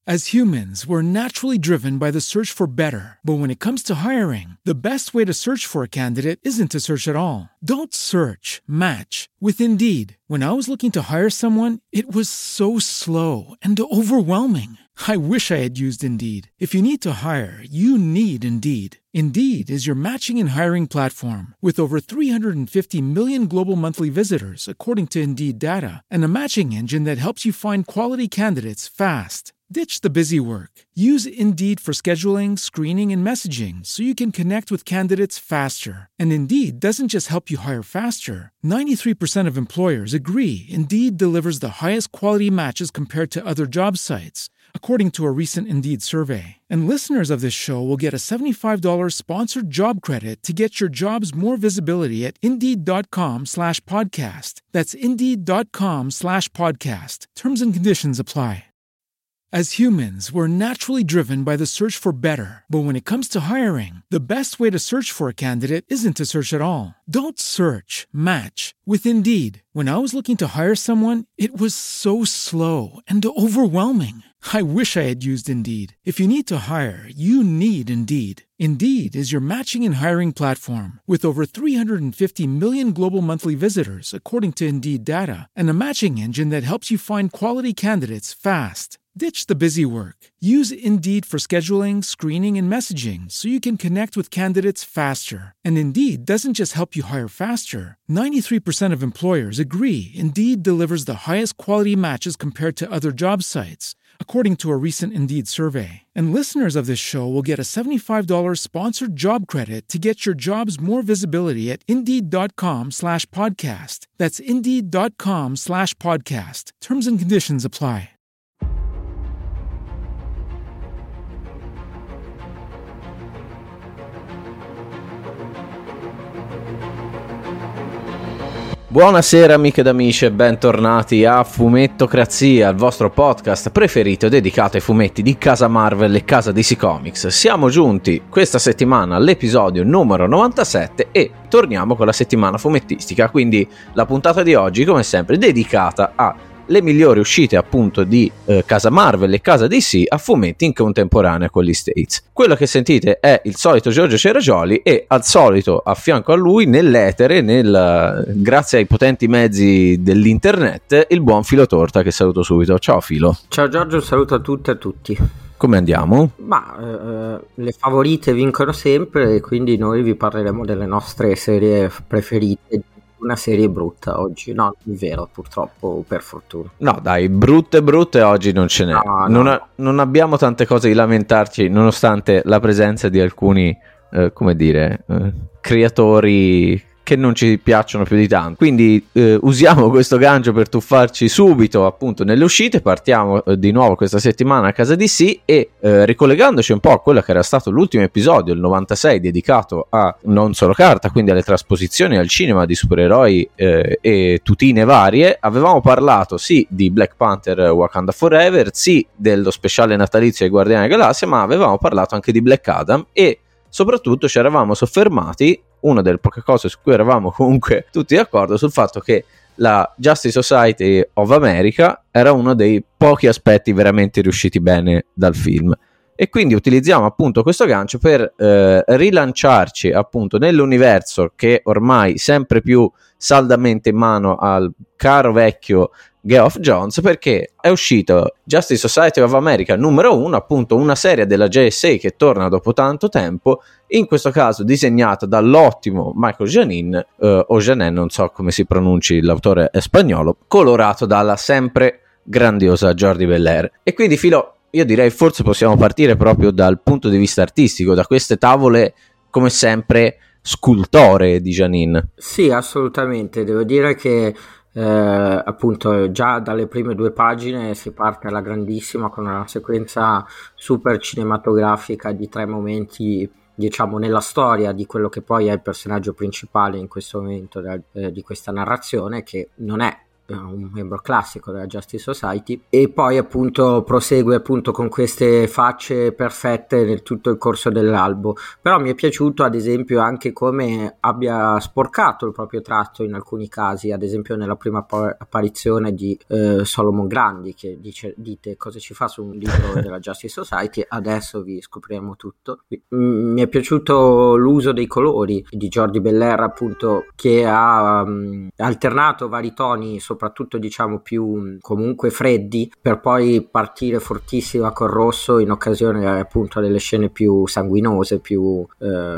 As humans, we're naturally driven by the search for better. But when it comes to hiring, the best way to search for a candidate isn't to search at all. Don't search, match with Indeed. When I was looking to hire someone, it was so slow and overwhelming. I wish I had used Indeed. If you need to hire, you need Indeed. Indeed is your matching and hiring platform with over 350 million global monthly visitors, according to Indeed data, and a matching engine that helps you find quality candidates fast. Ditch the busy work. Use Indeed for scheduling, screening, and messaging so you can connect with candidates faster. And Indeed doesn't just help you hire faster. 93% of employers agree Indeed delivers the highest quality matches compared to other job sites, according to a recent Indeed survey. And listeners of this show will get a $75 sponsored job credit to get your jobs more visibility at Indeed.com/podcast. That's Indeed.com/podcast. Terms and conditions apply. As humans, we're naturally driven by the search for better. But when it comes to hiring, the best way to search for a candidate isn't to search at all. Don't search, match with Indeed. When I was looking to hire someone, it was so slow and overwhelming. I wish I had used Indeed. If you need to hire, you need Indeed. Indeed is your matching and hiring platform with over 350 million global monthly visitors, according to Indeed data, and a matching engine that helps you find quality candidates fast. Ditch the busy work. Use Indeed for scheduling, screening, and messaging so you can connect with candidates faster. And Indeed doesn't just help you hire faster. 93% of employers agree Indeed delivers the highest quality matches compared to other job sites, according to a recent Indeed survey. And listeners of this show will get a $75 sponsored job credit to get your jobs more visibility at Indeed.com/podcast. That's Indeed.com/podcast. Terms and conditions apply. Buonasera amiche ed amici e bentornati a Fumettocrazia, il vostro podcast preferito dedicato ai fumetti di casa Marvel e casa DC Comics. Siamo giunti questa settimana all'episodio numero 97 e torniamo con la settimana fumettistica, quindi la puntata di oggi come sempre dedicata a le migliori uscite appunto di casa Marvel e casa DC a fumetti in contemporanea con gli States. Quello che sentite è il solito Giorgio Ceragioli e al solito a fianco a lui nell'etere, grazie ai potenti mezzi dell'internet, il buon Filo Torta, che saluto subito. Ciao Filo. Ciao Giorgio, saluto a tutte e a tutti. Come andiamo? Le favorite vincono sempre e quindi noi vi parleremo delle nostre serie preferite. Una serie brutta oggi, no, è vero, purtroppo, per fortuna. No, dai, brutte oggi non ce n'è. No. Non abbiamo tante cose di lamentarci, nonostante la presenza di alcuni, creatori che non ci piacciono più di tanto. Quindi usiamo questo gancio per tuffarci subito appunto nelle uscite. Partiamo di nuovo questa settimana a casa DC e ricollegandoci un po' a quello che era stato l'ultimo episodio, il 96, dedicato a non solo carta, quindi alle trasposizioni al cinema di supereroi e tutine varie. Avevamo parlato sì di Black Panther Wakanda Forever, sì dello speciale natalizio ai Guardiani della Galassia, ma avevamo parlato anche di Black Adam e soprattutto ci eravamo soffermati, una delle poche cose su cui eravamo comunque tutti d'accordo, sul fatto che la Justice Society of America era uno dei pochi aspetti veramente riusciti bene dal film. E quindi utilizziamo appunto questo gancio per rilanciarci appunto nell'universo che ormai sempre più saldamente in mano al caro vecchio Geoff Johns, perché è uscito Justice Society of America numero 1, appunto una serie della JSA che torna dopo tanto tempo, in questo caso disegnata dall'ottimo Michael Janin, o Janin, non so come si pronunci, l'autore è spagnolo, colorato dalla sempre grandiosa Jordie Bellaire. E quindi Filo, io direi forse possiamo partire proprio dal punto di vista artistico, da queste tavole come sempre scultoree di Janin. Sì, assolutamente, devo dire che appunto già dalle prime due pagine si parte alla grandissima con una sequenza super cinematografica di 3 momenti, diciamo, nella storia di quello che poi è il personaggio principale in questo momento di questa narrazione, che non è un membro classico della Justice Society, e poi appunto prosegue appunto con queste facce perfette nel tutto il corso dell'albo. Però mi è piaciuto ad esempio anche come abbia sporcato il proprio tratto in alcuni casi, ad esempio nella prima apparizione di Solomon Grandi, che dite cosa ci fa su un libro della Justice Society, adesso vi scopriremo tutto. Mi è piaciuto l'uso dei colori di Jordi Belair, appunto, che ha alternato vari toni, soprattutto diciamo più comunque freddi, per poi partire fortissima col rosso in occasione appunto delle scene più sanguinose, più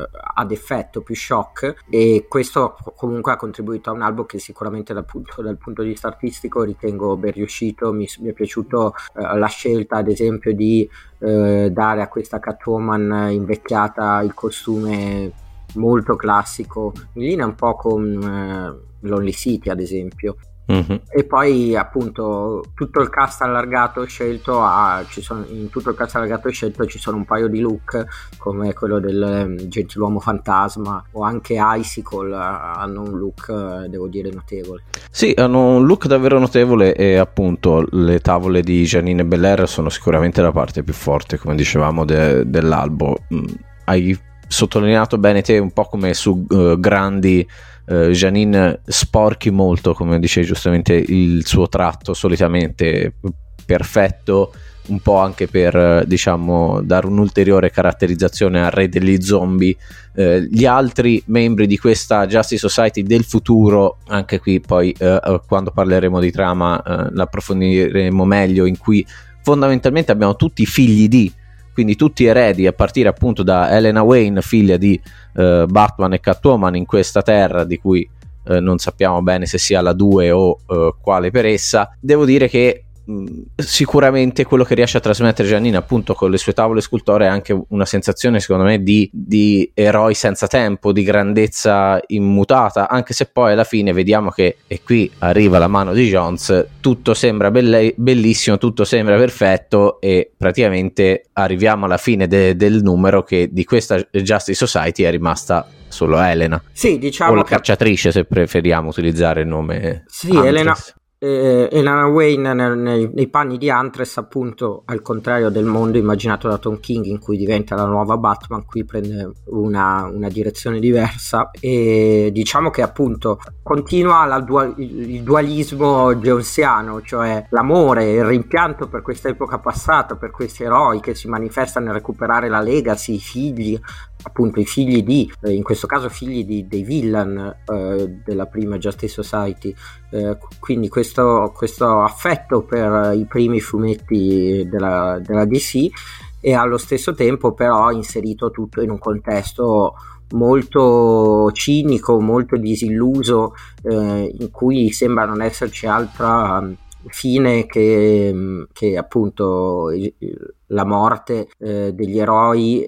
ad effetto, più shock, e questo comunque ha contribuito a un albo che sicuramente dal punto di vista artistico ritengo ben riuscito. Mi è piaciuto la scelta ad esempio di dare a questa Catwoman invecchiata il costume molto classico, in linea un po' con Lonely City ad esempio. E poi appunto tutto il cast allargato scelto in tutto il cast allargato scelto ci sono un paio di look come quello del gentiluomo fantasma, o anche Icicle hanno un look devo dire notevole. Sì, hanno un look davvero notevole, e appunto le tavole di Janine Belair sono sicuramente la parte più forte, come dicevamo, dell'albo. Hai sottolineato bene te, un po' come su Grandi. Janine sporchi molto, come dicevi giustamente, il suo tratto solitamente perfetto, un po' anche per diciamo dare un'ulteriore caratterizzazione al re degli zombie. Gli altri membri di questa Justice Society del futuro, anche qui poi quando parleremo di trama l'approfondiremo meglio, in cui fondamentalmente abbiamo tutti figli di, quindi tutti eredi, a partire appunto da Helena Wayne, figlia di Batman e Catwoman in questa terra, di cui non sappiamo bene se sia la 2 o quale per essa. Devo dire che sicuramente quello che riesce a trasmettere Janine appunto con le sue tavole scultoree è anche una sensazione secondo me di eroi senza tempo, di grandezza immutata, anche se poi alla fine vediamo che, e qui arriva la mano di Jones, tutto sembra bellissimo, tutto sembra perfetto, e praticamente arriviamo alla fine del numero che di questa Justice Society è rimasta solo Elena, sì, diciamo, o la cacciatrice se preferiamo utilizzare il nome. Sì, Huntress. Helena Wayne nei panni di Huntress, appunto, al contrario del mondo immaginato da Tom King in cui diventa la nuova Batman, qui prende una direzione diversa, e diciamo che appunto continua il dualismo jonesiano, cioè l'amore, il rimpianto per questa epoca passata, per questi eroi che si manifesta nel recuperare la legacy, i figli, appunto i figli di, in questo caso figli dei villain della prima Justice Society, quindi questo affetto per i primi fumetti della DC, e allo stesso tempo però inserito tutto in un contesto molto cinico, molto disilluso, in cui sembra non esserci altra fine che appunto la morte degli eroi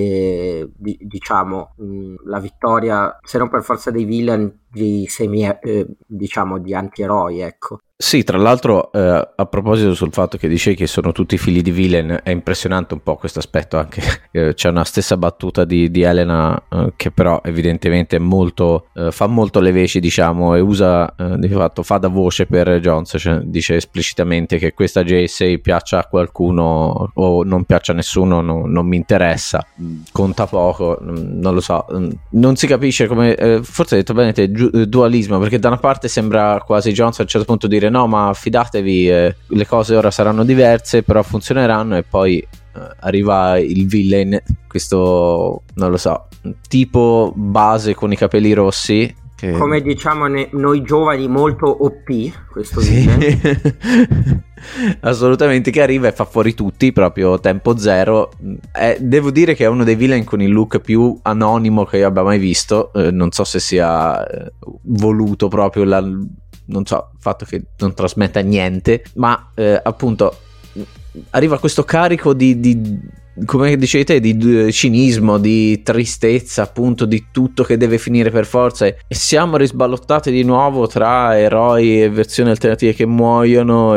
e diciamo la vittoria, se non per forza dei villain, di diciamo di antieroi, ecco. Sì, tra l'altro a proposito sul fatto che dicevi che sono tutti figli di villain, è impressionante un po' questo aspetto anche. C'è una stessa battuta di Elena che però evidentemente è molto fa molto le veci, diciamo, e usa di fatto, fa da voce per Jones, cioè dice esplicitamente che questa JSA piaccia a qualcuno o non piaccia a nessuno, non mi interessa, conta poco, non lo so, non si capisce come, forse hai detto bene te, dualismo, perché da una parte sembra quasi Jones a un certo punto dire no, ma fidatevi, le cose ora saranno diverse, però funzioneranno, e poi arriva il villain, questo non lo so, tipo base con i capelli rossi, che... come diciamo noi giovani, molto OP questo villain. Assolutamente, che arriva e fa fuori tutti proprio tempo zero. Devo dire che è uno dei villain con il look più anonimo che io abbia mai visto, non so se sia voluto proprio non so, il fatto che non trasmetta niente, ma appunto arriva questo carico di come dicevi te, di cinismo, di tristezza, appunto, di tutto che deve finire per forza, e siamo risballottati di nuovo tra eroi e versioni alternative che muoiono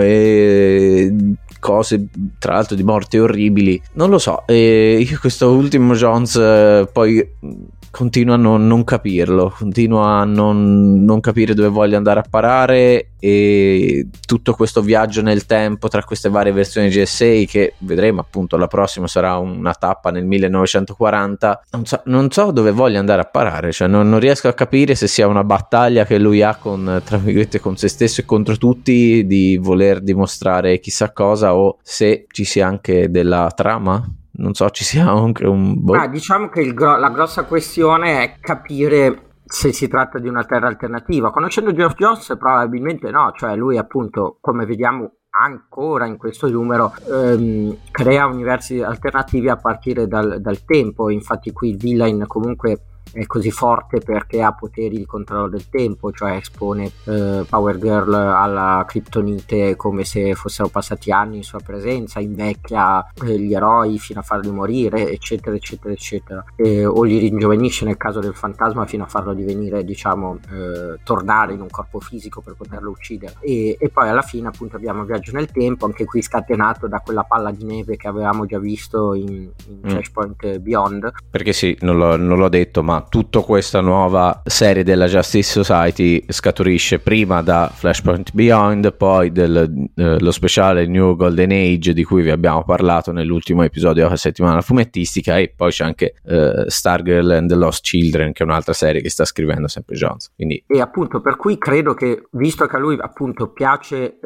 e cose tra l'altro di morte orribili, non lo so. E io questo ultimo Jones poi continuo a non capirlo, continuo a non capire dove voglia andare a parare, e tutto questo viaggio nel tempo tra queste varie versioni GSA, che vedremo appunto la prossima sarà una tappa nel 1940, non so dove voglia andare a parare, cioè non riesco a capire se sia una battaglia che lui ha con, tra virgolette, con se stesso e contro tutti, di voler dimostrare chissà cosa, o se ci sia anche della trama. Non so, ci sia anche un... Diciamo che la grossa questione è capire se si tratta di una terra alternativa. Conoscendo Geoff Johns probabilmente no, cioè lui appunto, come vediamo ancora in questo numero, crea universi alternativi a partire dal tempo. Infatti qui il villain comunque è così forte perché ha poteri di controllo del tempo, cioè espone Power Girl alla Kryptonite come se fossero passati anni in sua presenza, invecchia gli eroi fino a farli morire, eccetera eccetera eccetera, o li ringiovenisce nel caso del fantasma fino a farlo divenire, diciamo, tornare in un corpo fisico per poterlo uccidere, e poi alla fine appunto abbiamo il viaggio nel tempo, anche qui scatenato da quella palla di neve che avevamo già visto in Flashpoint Beyond, perché sì, non l'ho detto, ma tutta questa nuova serie della Justice Society scaturisce prima da Flashpoint Beyond, poi lo speciale New Golden Age di cui vi abbiamo parlato nell'ultimo episodio della settimana fumettistica, e poi c'è anche Stargirl and the Lost Children, che è un'altra serie che sta scrivendo sempre Johns. Quindi... E appunto per cui credo che, visto che a lui appunto piace,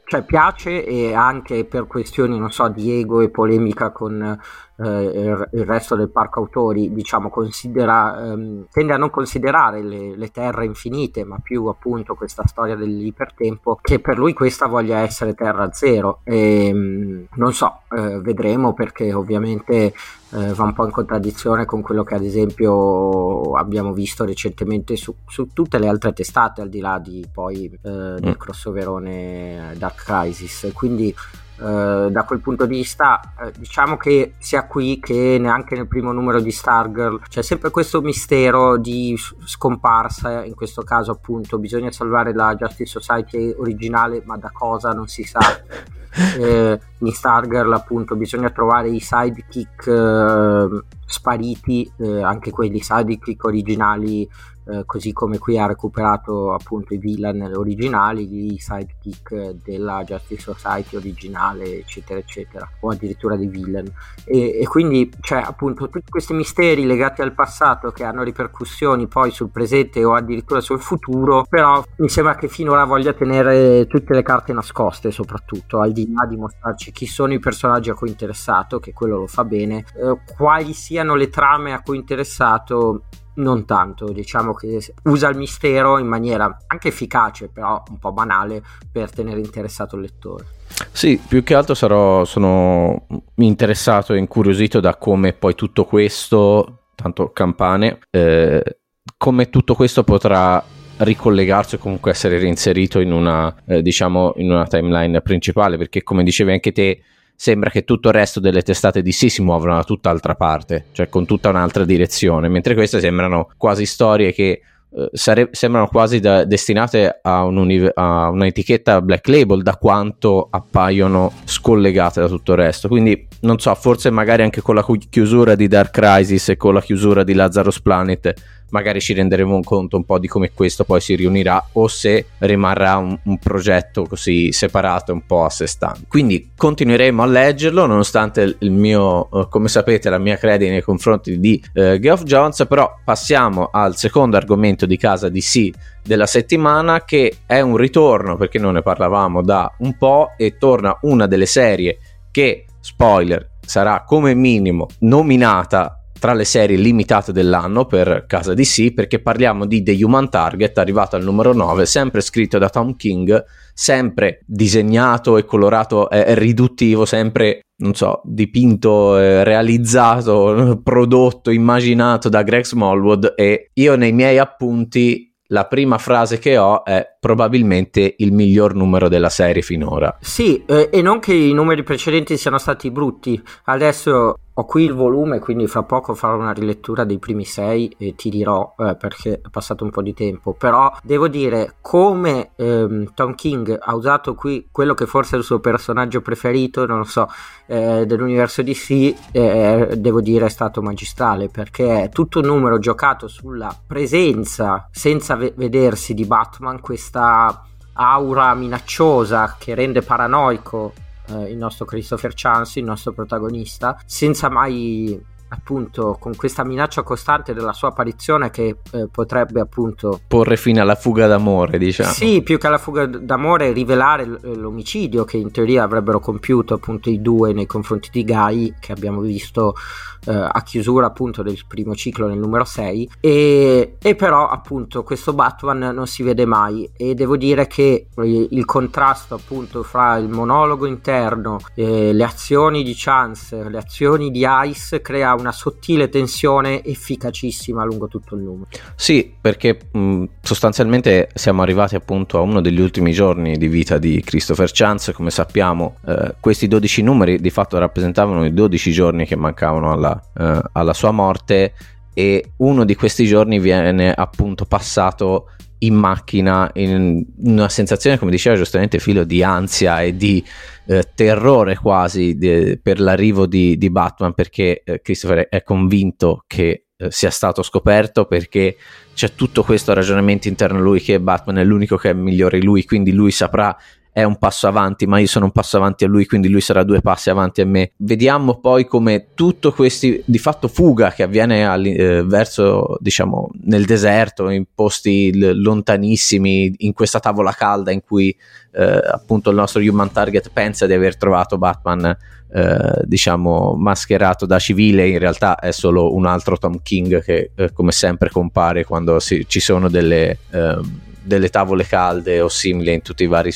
e anche per questioni, non so, di ego e polemica con il resto del parco autori, diciamo, tende a non considerare le terre infinite, ma più appunto questa storia dell'ipertempo, che per lui questa voglia essere terra zero, e non so, vedremo, perché ovviamente va un po' in contraddizione con quello che ad esempio abbiamo visto recentemente su tutte le altre testate, al di là di poi del crossoverone Dark Crisis. Quindi da quel punto di vista diciamo che sia qui che neanche nel primo numero di Stargirl c'è sempre questo mistero di scomparsa. In questo caso appunto bisogna salvare la Justice Society originale, ma da cosa non si sa. In Stargirl appunto bisogna trovare i sidekick spariti, anche quelli sidekick originali, così come qui ha recuperato appunto i villain originali, i sidekick della Justice Society originale, eccetera eccetera, o addirittura dei villain, e quindi c'è appunto tutti questi misteri legati al passato che hanno ripercussioni poi sul presente o addirittura sul futuro. Però mi sembra che finora voglia tenere tutte le carte nascoste, soprattutto al di là di mostrarci chi sono i personaggi a cui è interessato, che quello lo fa bene, quali siano le trame a cui è interessato non tanto. Diciamo che usa il mistero in maniera anche efficace, però un po' banale, per tenere interessato il lettore. Sì, più che altro sono interessato e incuriosito da come poi tutto questo, tanto campane, come tutto questo potrà ricollegarsi o comunque essere reinserito in una timeline principale, perché come dicevi anche te, sembra che tutto il resto delle testate DC si muovono da tutt'altra parte, cioè con tutta un'altra direzione, mentre queste sembrano quasi storie che sembrano quasi destinate a un'etichetta Black Label, da quanto appaiono scollegate da tutto il resto. Quindi non so, forse magari anche con la chiusura di Dark Crisis e con la chiusura di Lazarus Planet magari ci renderemo conto un po' di come questo poi si riunirà, o se rimarrà un progetto così separato, un po' a sé stante. Quindi continueremo a leggerlo, nonostante il mio, come sapete, la mia credi nei confronti di Geoff Johns. Però passiamo al secondo argomento di casa DC della settimana, che è un ritorno, perché non ne parlavamo da un po', e torna una delle serie che, spoiler, sarà come minimo nominata tra le serie limitate dell'anno per casa DC, perché parliamo di The Human Target, arrivato al numero 9, sempre scritto da Tom King, sempre disegnato e colorato riduttivo, sempre, non so, dipinto, realizzato, prodotto, immaginato da Greg Smallwood. E io nei miei appunti la prima frase che ho è: probabilmente il miglior numero della serie finora. Sì, e non che i numeri precedenti siano stati brutti. Adesso ho qui il volume, quindi fra poco farò una rilettura dei primi 6 e ti dirò perché è passato un po' di tempo. Però devo dire, come Tom King ha usato qui quello che forse è il suo personaggio preferito, non lo so, dell'universo DC, devo dire è stato magistrale, perché è tutto un numero giocato sulla presenza senza vedersi di Batman, questa aura minacciosa che rende paranoico il nostro Christopher Chance, il nostro protagonista, senza mai, appunto, con questa minaccia costante della sua apparizione che potrebbe appunto porre fine alla fuga d'amore, diciamo. Sì, più che alla fuga d'amore, rivelare l'omicidio che in teoria avrebbero compiuto appunto i due nei confronti di Guy, che abbiamo visto a chiusura appunto del primo ciclo nel numero 6, e però appunto questo Batman non si vede mai, e devo dire che il contrasto appunto fra il monologo interno, le azioni di Chance, le azioni di Ice, crea una sottile tensione efficacissima lungo tutto il numero. Sì, perché sostanzialmente siamo arrivati appunto a uno degli ultimi giorni di vita di Christopher Chance. Come sappiamo, questi 12 numeri di fatto rappresentavano i 12 giorni che mancavano alla sua morte, e uno di questi giorni viene appunto passato in macchina, in una sensazione, come diceva giustamente Filo, di ansia e di terrore quasi per l'arrivo di Batman, perché Christopher è convinto che sia stato scoperto, perché c'è tutto questo ragionamento interno a lui che Batman è l'unico che è migliore di lui, quindi lui saprà, è un passo avanti, ma io sono un passo avanti a lui, quindi lui sarà 2 passi avanti a me. Vediamo poi come tutto questi di fatto fuga che avviene verso, diciamo, nel deserto, in posti lontanissimi, in questa tavola calda in cui appunto il nostro Human Target pensa di aver trovato Batman diciamo mascherato da civile. In realtà è solo un altro Tom King che come sempre compare quando ci sono delle tavole calde o simili in tutti i vari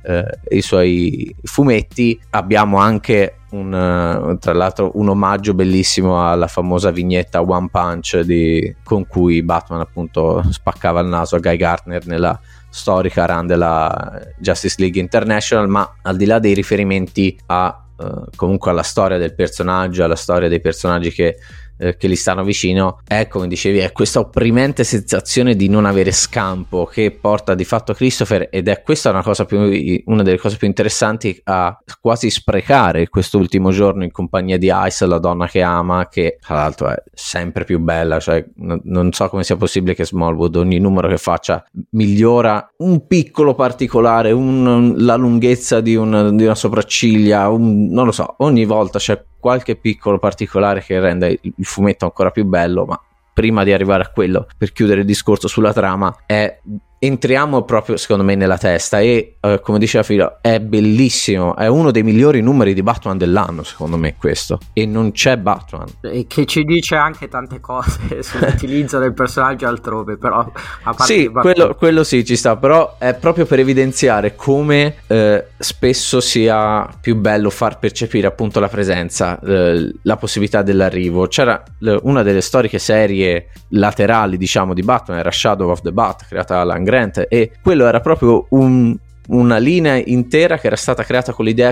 i suoi fumetti. Abbiamo anche tra l'altro un omaggio bellissimo alla famosa vignetta One Punch con cui Batman appunto spaccava il naso a Guy Gardner nella storica run della Justice League International. Ma al di là dei riferimenti comunque alla storia del personaggio, alla storia dei personaggi che gli stanno vicino, come dicevi, è questa opprimente sensazione di non avere scampo che porta di fatto Christopher, ed è questa una delle cose più interessanti, a quasi sprecare quest'ultimo giorno in compagnia di Ice, la donna che ama, che tra l'altro è sempre più bella. Cioè non so come sia possibile che Smallwood ogni numero che faccia migliora un piccolo particolare, la lunghezza di una sopracciglia, non lo so, ogni volta c'è qualche piccolo particolare che rende il fumetto ancora più bello. Ma prima di arrivare a quello, per chiudere il discorso sulla trama, entriamo proprio secondo me nella testa, e come diceva Filo, è bellissimo, è uno dei migliori numeri di Batman dell'anno secondo me questo, e non c'è Batman, e che ci dice anche tante cose sull'utilizzo del personaggio altrove. Però a parte sì, quello sì ci sta, però è proprio per evidenziare come spesso sia più bello far percepire appunto la presenza, la possibilità dell'arrivo. C'era una delle storiche serie laterali, diciamo, di Batman, era Shadow of the Bat, creata da Alan Grant, e quello era proprio una linea intera che era stata creata con l'idea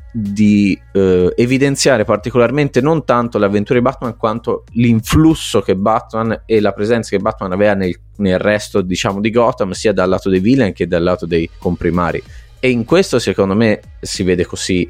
di evidenziare particolarmente non tanto le avventure di Batman quanto l'influsso che Batman e la presenza che Batman aveva nel resto, diciamo, di Gotham, sia dal lato dei villain che dal lato dei comprimari. E in questo secondo me si vede così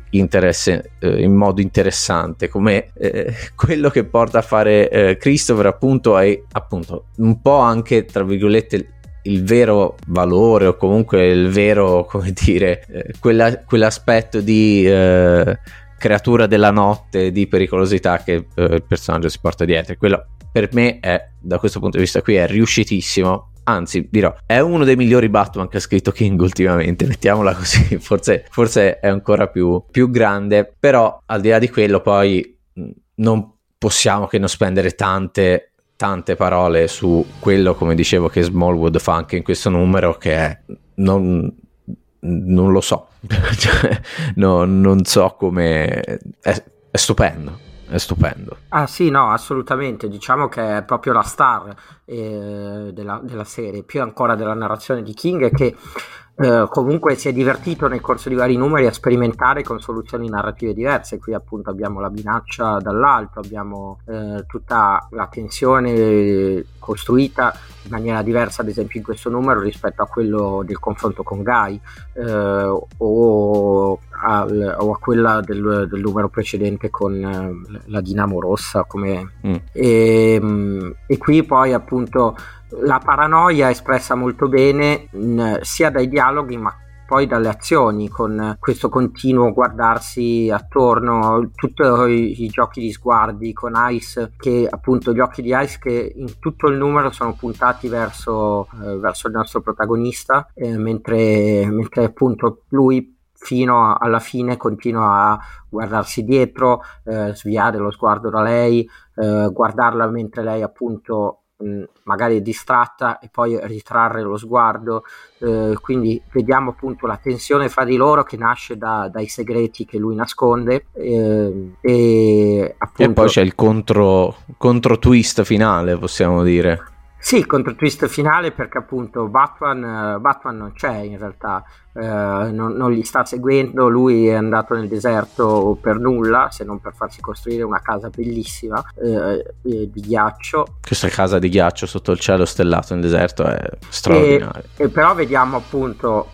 in modo interessante come quello che porta a fare Christopher appunto è appunto un po' anche, tra virgolette, il vero valore, o comunque il vero, come dire, quell'aspetto di creatura della notte, di pericolosità che il personaggio si porta dietro. Quello per me da questo punto di vista qui è riuscitissimo. Anzi, dirò, è uno dei migliori Batman che ha scritto King ultimamente, mettiamola così. Forse è ancora più grande, però al di là di quello poi non possiamo che non spendere tante parole su quello, come dicevo, che Smallwood fa anche in questo numero, che è non lo so. Cioè, non so come è stupendo. è stupendo. Ah sì, no, assolutamente, diciamo che è proprio la star della serie, più ancora della narrazione di King, che comunque si è divertito nel corso di vari numeri a sperimentare con soluzioni narrative diverse. Qui appunto abbiamo la minaccia dall'alto, abbiamo tutta la tensione costruita in maniera diversa, ad esempio in questo numero rispetto a quello del confronto con Guy o a quella del numero precedente con la Dinamo Rossa e qui poi appunto la paranoia è espressa molto bene sia dai dialoghi ma poi dalle azioni, con questo continuo guardarsi attorno, tutti i giochi di sguardi con Ice, che appunto gli occhi di Ice che in tutto il numero sono puntati verso il nostro protagonista, mentre appunto lui fino alla fine continua a guardarsi dietro, sviare lo sguardo da lei, guardarla mentre lei appunto magari è distratta e poi ritrarre lo sguardo, quindi vediamo appunto la tensione fra di loro che nasce dai segreti che lui nasconde e appunto e poi c'è il contro twist finale, possiamo dire. Sì, il contro twist finale, perché appunto Batman non c'è in realtà, non li sta seguendo, lui è andato nel deserto per nulla, se non per farsi costruire una casa bellissima di ghiaccio. Questa casa di ghiaccio sotto il cielo stellato nel deserto è straordinaria. E però vediamo appunto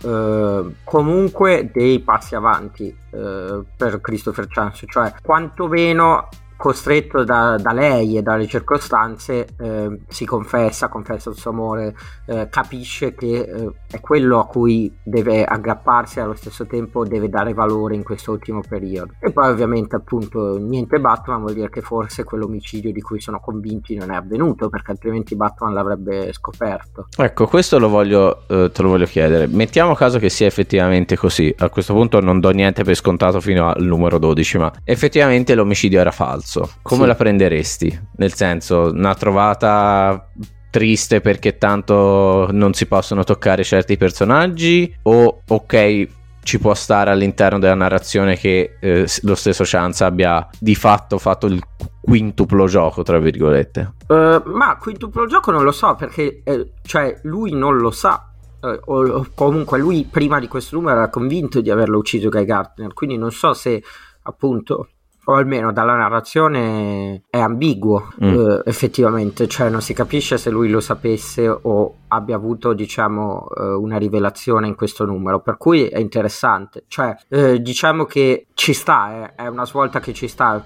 comunque dei passi avanti per Christopher Chance, cioè quantomeno costretto da lei e dalle circostanze si confessa il suo amore, capisce che è quello a cui deve aggrapparsi e allo stesso tempo deve dare valore in questo ultimo periodo. E poi ovviamente appunto niente Batman vuol dire che forse quell'omicidio di cui sono convinti non è avvenuto, perché altrimenti Batman l'avrebbe scoperto. Ecco, questo te lo voglio chiedere. Mettiamo caso che sia effettivamente così, a questo punto non do niente per scontato fino al numero 12, ma effettivamente l'omicidio era falso. Come la prenderesti? Nel senso, una trovata triste perché tanto non si possono toccare certi personaggi, o ok, ci può stare all'interno della narrazione che lo stesso Chance abbia di fatto fatto il quintuplo gioco, tra virgolette? Ma quintuplo gioco non lo so, perché cioè lui non lo sa, o comunque lui prima di questo numero era convinto di averlo ucciso Guy Gardner, quindi non so se appunto, o almeno dalla narrazione è ambiguo effettivamente, cioè non si capisce se lui lo sapesse o abbia avuto diciamo una rivelazione in questo numero, per cui è interessante, cioè diciamo che ci sta, è una svolta che ci sta.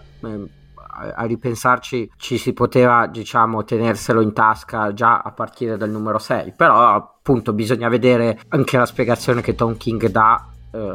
A ripensarci ci si poteva diciamo tenerselo in tasca già a partire dal numero 6, però appunto bisogna vedere anche la spiegazione che Tom King dà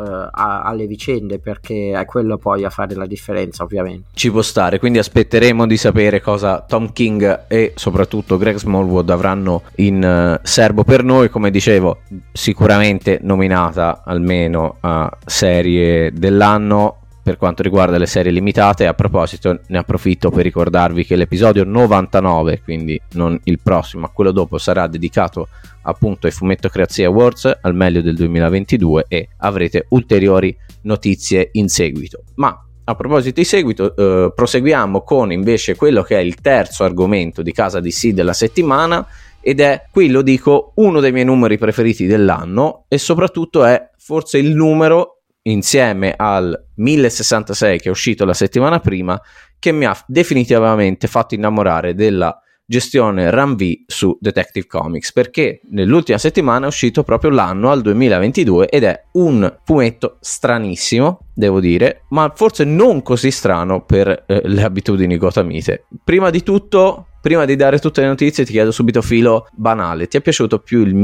alle vicende, perché è quello poi a fare la differenza, ovviamente. Ci può stare, quindi aspetteremo di sapere cosa Tom King e soprattutto Greg Smallwood avranno in serbo per noi. Come dicevo, sicuramente nominata almeno a serie dell'anno per quanto riguarda le serie limitate. A proposito, ne approfitto per ricordarvi che l'episodio 99, quindi non il prossimo ma quello dopo, sarà dedicato appunto ai Fumettocrazia Awards, al meglio del 2022, e avrete ulteriori notizie in seguito. Ma a proposito di seguito, proseguiamo con invece quello che è il terzo argomento di Casa DC della settimana, ed è, qui lo dico, uno dei miei numeri preferiti dell'anno, e soprattutto è forse il numero, insieme al 1066 che è uscito la settimana prima, che mi ha definitivamente fatto innamorare della gestione Ram V su Detective Comics, perché nell'ultima settimana è uscito proprio l'anno al 2022 ed è un fumetto stranissimo, devo dire, ma forse non così strano per le abitudini gothamite. Prima di tutto, prima di dare tutte le notizie, ti chiedo subito, filo banale: ti è piaciuto più il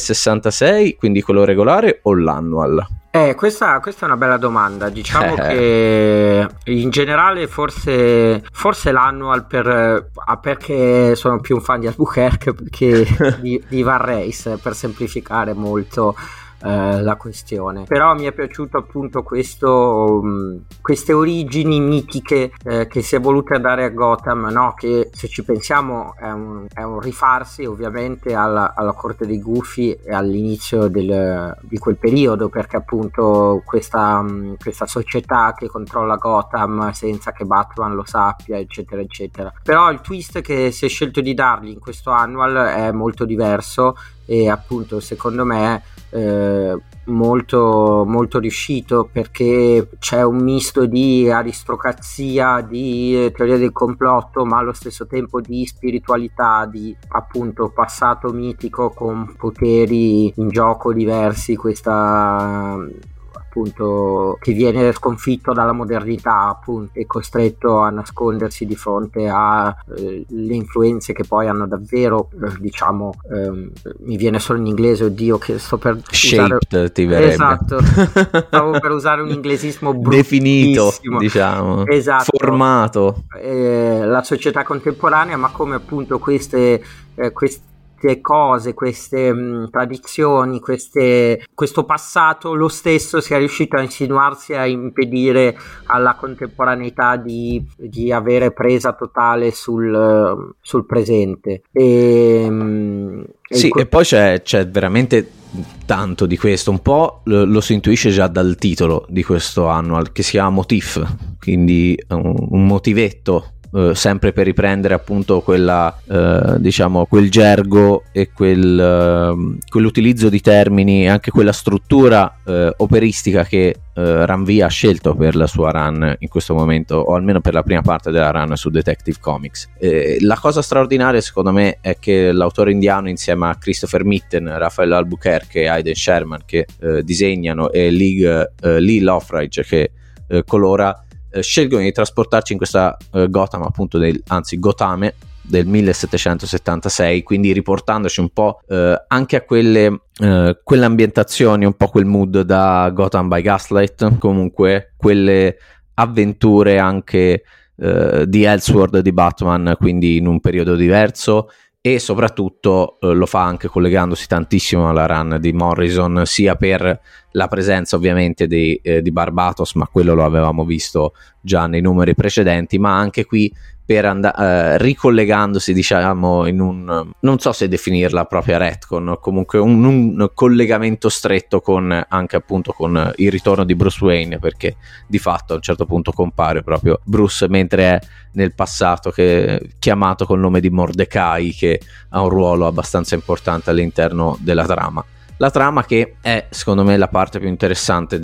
1066, quindi quello regolare, o l'annual? Questa è una bella domanda. Diciamo che in generale forse l'annual perché sono più un fan di Albuquerque che di Van Reis, per semplificare molto la questione. Però mi è piaciuto appunto queste origini mitiche che si è voluta dare a Gotham, no? Che se ci pensiamo è un rifarsi ovviamente alla corte dei Gufi e all'inizio di quel periodo, perché appunto questa società che controlla Gotham senza che Batman lo sappia, eccetera eccetera. Però il twist che si è scelto di dargli in questo annual è molto diverso e appunto secondo me molto molto riuscito, perché c'è un misto di aristocrazia, di teoria del complotto, ma allo stesso tempo di spiritualità, di appunto passato mitico con poteri in gioco diversi, questa appunto che viene sconfitto dalla modernità appunto e costretto a nascondersi di fronte a le influenze che poi hanno davvero mi viene solo in inglese, oddio che sto per shaped, ti verrebbe. Esatto, stavo per usare un inglesismo definito, diciamo, esatto, formato la società contemporanea, ma come appunto queste cose, queste tradizioni, questo passato, lo stesso sia riuscito a insinuarsi, a impedire alla contemporaneità di avere presa totale sul presente. E poi c'è veramente tanto di questo, un po' lo si intuisce già dal titolo di questo annual, che si chiama Motif, quindi un motivetto, sempre per riprendere appunto quella diciamo quel gergo e quell'utilizzo di termini e anche quella struttura operistica che Ranvia ha scelto per la sua run in questo momento, o almeno per la prima parte della run su Detective Comics. La cosa straordinaria secondo me è che l'autore indiano, insieme a Christopher Mitten, Rafael Albuquerque e Aidan Sherman che disegnano, e Lee Lothridge che colora, scelgono di trasportarci in questa Gotham appunto Gothame del 1776, quindi riportandoci un po' anche a quelle ambientazioni, un po' quel mood da Gotham by Gaslight, comunque quelle avventure anche di Elseworld di Batman, quindi in un periodo diverso, e soprattutto lo fa anche collegandosi tantissimo alla run di Morrison, sia per la presenza ovviamente di Barbatos, ma quello lo avevamo visto già nei numeri precedenti, ma anche qui per ricollegandosi diciamo in un, non so se definirla propria retcon, comunque un collegamento stretto con anche appunto con il ritorno di Bruce Wayne, perché di fatto a un certo punto compare proprio Bruce mentre è nel passato, che è chiamato col nome di Mordecai, che ha un ruolo abbastanza importante all'interno della trama. La trama che è secondo me la parte più interessante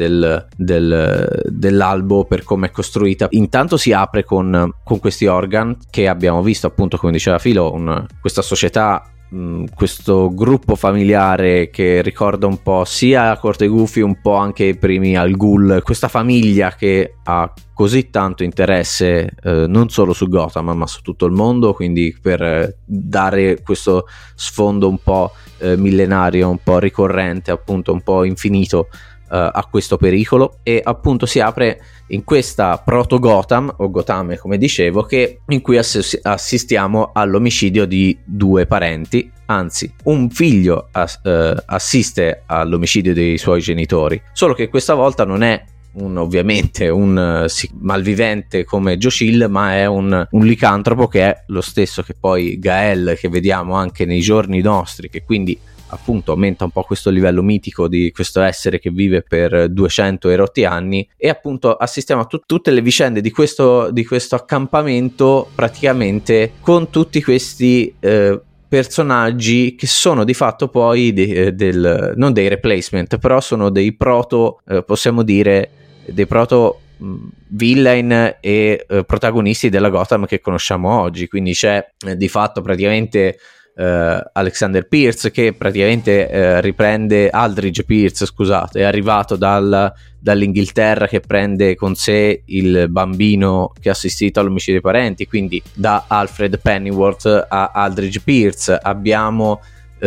dell'albo per come è costruita. Intanto si apre con questi organ che abbiamo visto appunto, come diceva Filo, questa società, questo gruppo familiare che ricorda un po' sia la Corte Gufi, un po' anche i primi Al Ghul, questa famiglia che ha così tanto interesse non solo su Gotham ma su tutto il mondo, quindi per dare questo sfondo un po' millenario, un po' ricorrente, appunto un po' infinito a questo pericolo. E appunto si apre in questa proto Gotham o Gothame, come dicevo, in cui assistiamo all'omicidio di due parenti, anzi un figlio assiste all'omicidio dei suoi genitori, solo che questa volta non è ovviamente un malvivente come Joe Chill, ma è un licantropo, che è lo stesso che poi Gael, che vediamo anche nei giorni nostri, che quindi appunto aumenta un po' questo livello mitico di questo essere che vive per 200 e rotti anni. E appunto assistiamo a tutte le vicende di questo accampamento, praticamente con tutti questi personaggi che sono di fatto poi non dei replacement, però sono dei proto, possiamo dire dei proto villain e protagonisti della Gotham che conosciamo oggi. Quindi c'è di fatto praticamente Alexander Pierce, che praticamente riprende Aldridge Pierce, scusate, è arrivato dall'Inghilterra, che prende con sé il bambino che ha assistito all'omicidio dei parenti, quindi da Alfred Pennyworth a Aldridge Pierce. Abbiamo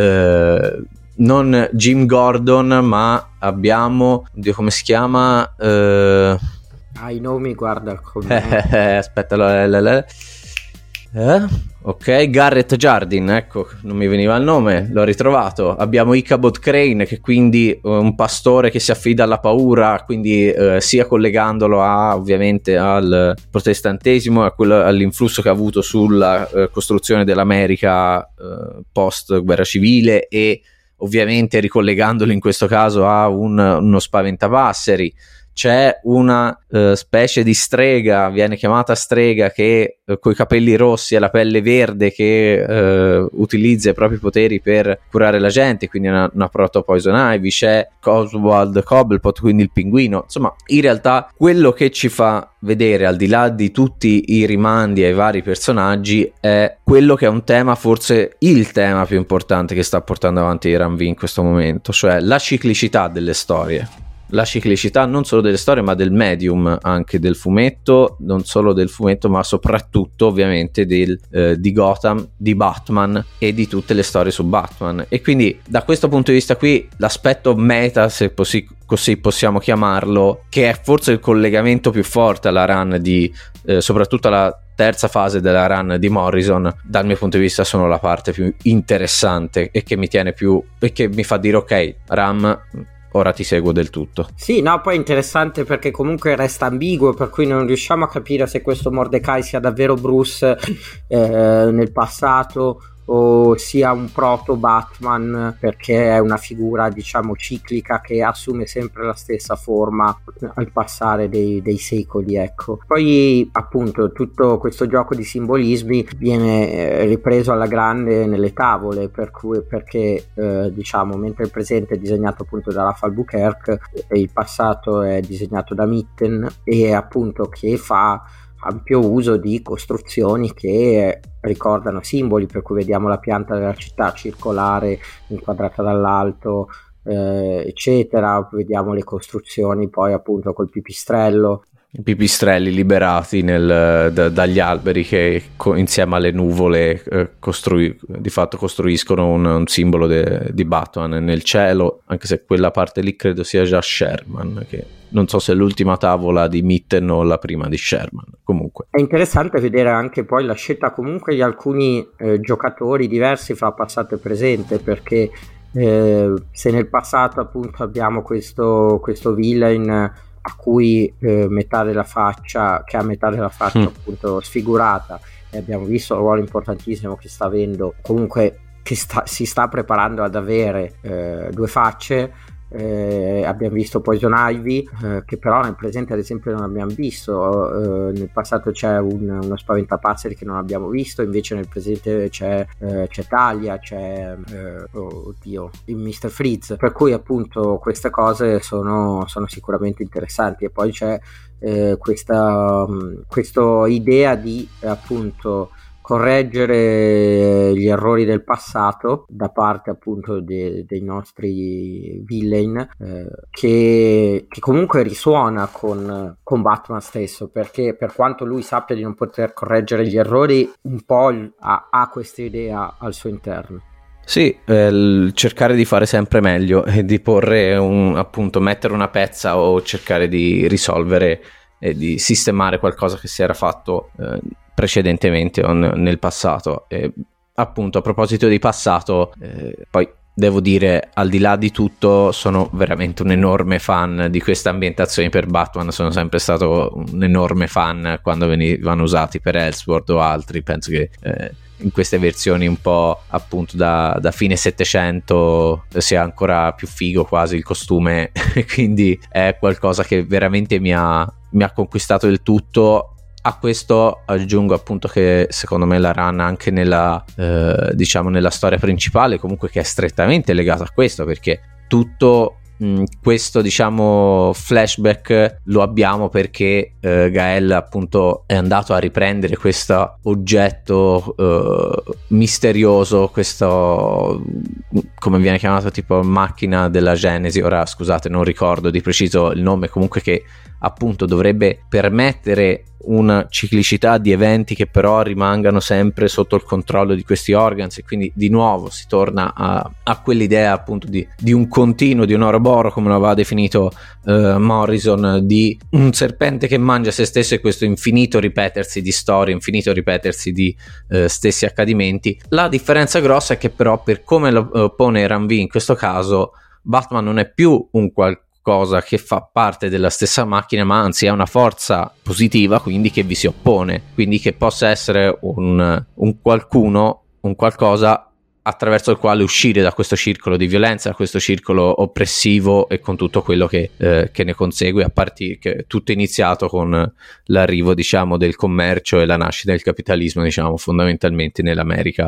non Jim Gordon, ma abbiamo, oddio, come si chiama? I nomi, guarda, aspetta, Ok, Garrett Jardin, ecco, non mi veniva il nome, l'ho ritrovato. Abbiamo Ichabod Crane, che quindi un pastore che si affida alla paura, quindi sia collegandolo ovviamente al protestantesimo e all'influsso che ha avuto sulla costruzione dell'America post guerra civile, e ovviamente ricollegandolo in questo caso a uno spaventapasseri. C'è una specie di strega, viene chiamata strega, che coi capelli rossi e la pelle verde, che utilizza i propri poteri per curare la gente, quindi una proto-poison ivy. C'è Oswald Cobblepot, quindi il pinguino. Insomma, in realtà quello che ci fa vedere, al di là di tutti i rimandi ai vari personaggi, è quello che è un tema, forse il tema più importante che sta portando avanti Hiram V in questo momento, cioè la ciclicità delle storie. La ciclicità non solo delle storie, ma del medium, anche del fumetto, non solo del fumetto, ma soprattutto ovviamente di Gotham, di Batman e di tutte le storie su Batman. E quindi da questo punto di vista qui l'aspetto meta, se così possiamo chiamarlo, che è forse il collegamento più forte alla run di soprattutto alla terza fase della run di Morrison, dal mio punto di vista sono la parte più interessante e che mi tiene più, e che mi fa dire ok, Ram, ora ti seguo del tutto. Sì, no, poi è interessante perché comunque resta ambiguo, per cui non riusciamo a capire se questo Mordecai sia davvero Bruce nel passato o sia un proto Batman, perché è una figura diciamo ciclica che assume sempre la stessa forma al passare dei secoli, ecco. Poi appunto tutto questo gioco di simbolismi viene ripreso alla grande nelle tavole, perché diciamo mentre il presente è disegnato appunto da Ralph Albuquerque e il passato è disegnato da Mitten, e appunto che fa ampio uso di costruzioni che ricordano simboli, per cui vediamo la pianta della città circolare inquadrata dall'alto, eccetera. Vediamo le costruzioni poi appunto col pipistrello, i pipistrelli liberati dagli alberi che insieme alle nuvole di fatto costruiscono un simbolo di Batman nel cielo, anche se quella parte lì credo sia già Sherman, che non so se è l'ultima tavola di Mitten o la prima di Sherman. Comunque è interessante vedere anche poi la scelta comunque di alcuni giocatori diversi fra passato e presente, perché se nel passato appunto abbiamo questo villain a cui metà della faccia appunto sfigurata, e abbiamo visto il ruolo importantissimo che sta avendo, comunque che si sta preparando ad avere due facce. Abbiamo visto Poison Ivy, che però nel presente ad esempio non abbiamo visto. Nel passato c'è uno spaventapasseri che non abbiamo visto, invece nel presente c'è Talia, c'è il Mr. Freeze, per cui appunto queste cose sono sicuramente interessanti. E poi c'è questa idea di appunto correggere gli errori del passato da parte appunto dei nostri villain, che comunque risuona con Batman stesso, perché per quanto lui sappia di non poter correggere gli errori, un po' ha questa idea al suo interno. Sì, cercare di fare sempre meglio e di porre appunto mettere una pezza o cercare di risolvere e di sistemare qualcosa che si era fatto precedentemente o nel passato. E appunto a proposito di passato, poi devo dire, al di là di tutto, sono veramente un enorme fan di queste ambientazioni per Batman. Sono sempre stato un enorme fan quando venivano usati per Elseworld o altri. Penso che in queste versioni un po' appunto da fine 700 sia ancora più figo quasi il costume quindi è qualcosa che veramente mi ha conquistato del tutto. A questo aggiungo appunto che secondo me la run anche nella diciamo nella storia principale comunque che è strettamente legata a questo, perché tutto questo diciamo flashback lo abbiamo perché Gael appunto è andato a riprendere questo oggetto misterioso, questo come viene chiamato tipo macchina della Genesi, ora scusate non ricordo di preciso il nome, comunque che appunto dovrebbe permettere una ciclicità di eventi che però rimangano sempre sotto il controllo di questi organs, e quindi di nuovo si torna a quell'idea appunto di un continuo, di un Ouroboros, come lo aveva definito Morrison, di un serpente che mangia se stesso, e questo infinito ripetersi di storie, infinito ripetersi di stessi accadimenti. La differenza grossa è che però, per come lo pone Ram V in questo caso, Batman non è più un qualcosa che fa parte della stessa macchina, ma anzi è una forza positiva, quindi che vi si oppone, quindi che possa essere un qualcuno, un qualcosa attraverso il quale uscire da questo circolo di violenza, da questo circolo oppressivo, e con tutto quello che ne consegue, a partire che tutto è iniziato con l'arrivo, diciamo, del commercio e la nascita del capitalismo, diciamo, fondamentalmente nell'America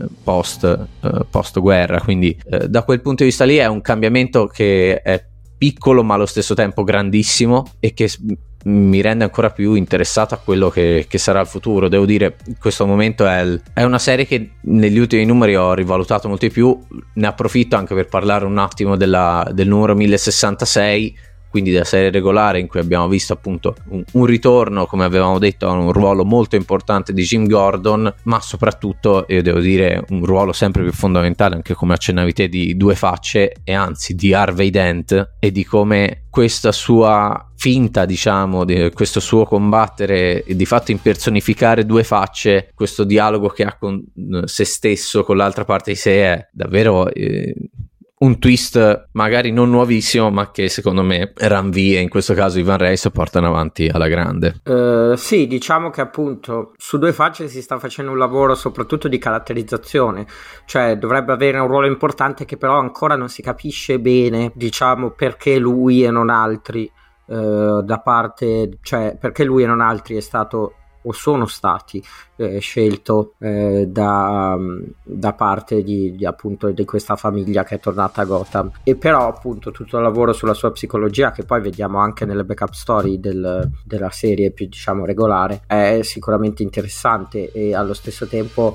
post guerra. Quindi da quel punto di vista lì è un cambiamento che è piccolo ma allo stesso tempo grandissimo, e che mi rende ancora più interessato a quello che sarà il futuro. Devo dire, in questo momento è una serie che negli ultimi numeri ho rivalutato molto di più. Ne approfitto anche per parlare un attimo del numero 1066, quindi della serie regolare, in cui abbiamo visto appunto un ritorno, come avevamo detto, a un ruolo molto importante di Jim Gordon, ma soprattutto, io devo dire, un ruolo sempre più fondamentale, anche come accennavi te, di Due Facce, e anzi di Harvey Dent, e di come questa sua finta, diciamo, di questo suo combattere e di fatto impersonificare Due Facce, questo dialogo che ha con se stesso, con l'altra parte di sé, è davvero un twist magari non nuovissimo, ma che secondo me Ram V e in questo caso Ivan Reis portano avanti alla grande. Sì, diciamo che appunto su Due Facce si sta facendo un lavoro soprattutto di caratterizzazione, cioè dovrebbe avere un ruolo importante che però ancora non si capisce bene, diciamo, perché lui e non altri da parte, cioè perché lui e non altri è stato o sono stati scelto da parte di appunto di questa famiglia che è tornata a Gotham. E però appunto tutto il lavoro sulla sua psicologia, che poi vediamo anche nelle backup story della serie più, diciamo, regolare, è sicuramente interessante e allo stesso tempo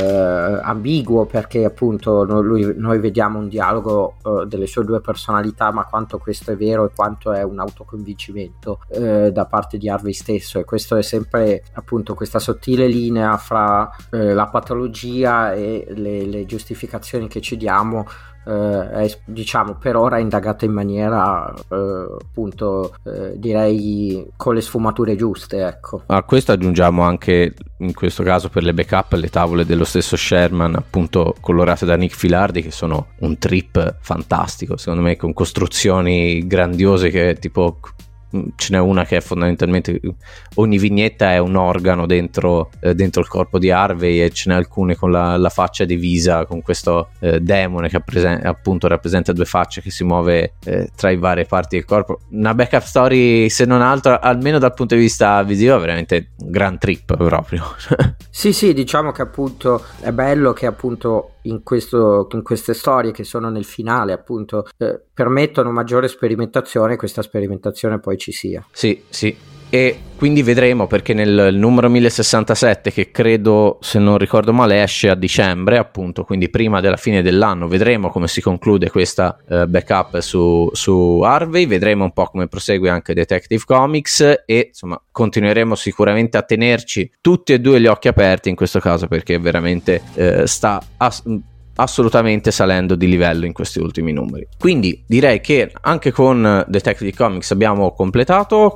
ambiguo, perché appunto noi vediamo un dialogo delle sue due personalità, ma quanto questo è vero e quanto è un autoconvincimento da parte di Harvey stesso. E questo è sempre appunto questa sottile linea fra la patologia e le giustificazioni che ci diamo, è, diciamo, per ora indagata in maniera appunto direi con le sfumature giuste, ecco. A questo aggiungiamo anche, in questo caso per le backup, le tavole dello stesso Sherman, appunto colorate da Nick Filardi, che sono un trip fantastico secondo me, con costruzioni grandiose, che tipo ce n'è una che è fondamentalmente ogni vignetta è un organo dentro il corpo di Harvey, e ce n'è alcune con la faccia divisa, con questo demone che appunto rappresenta Due Facce che si muove tra i varie parti del corpo. Una backup story, se non altro, almeno dal punto di vista visivo, veramente un gran trip proprio. Sì, diciamo che appunto è bello che appunto in queste storie che sono nel finale appunto permettono maggiore sperimentazione, questa sperimentazione poi ci sia. Sì. E quindi vedremo, perché nel numero 1067, che credo, se non ricordo male, esce a dicembre appunto, quindi prima della fine dell'anno, vedremo come si conclude questa backup su Harvey, vedremo un po' come prosegue anche Detective Comics, e insomma continueremo sicuramente a tenerci tutti e due gli occhi aperti in questo caso, perché veramente sta assolutamente salendo di livello in questi ultimi numeri. Quindi direi che anche con Detective Comics abbiamo completato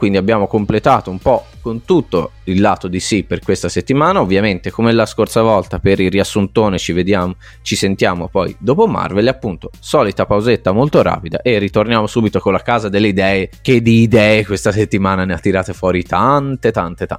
un po' con tutto il lato DC per questa settimana. Ovviamente, come la scorsa volta, per il riassuntone ci sentiamo poi dopo Marvel, appunto solita pausetta molto rapida e ritorniamo subito con la casa delle idee, che di idee questa settimana ne ha tirate fuori tante.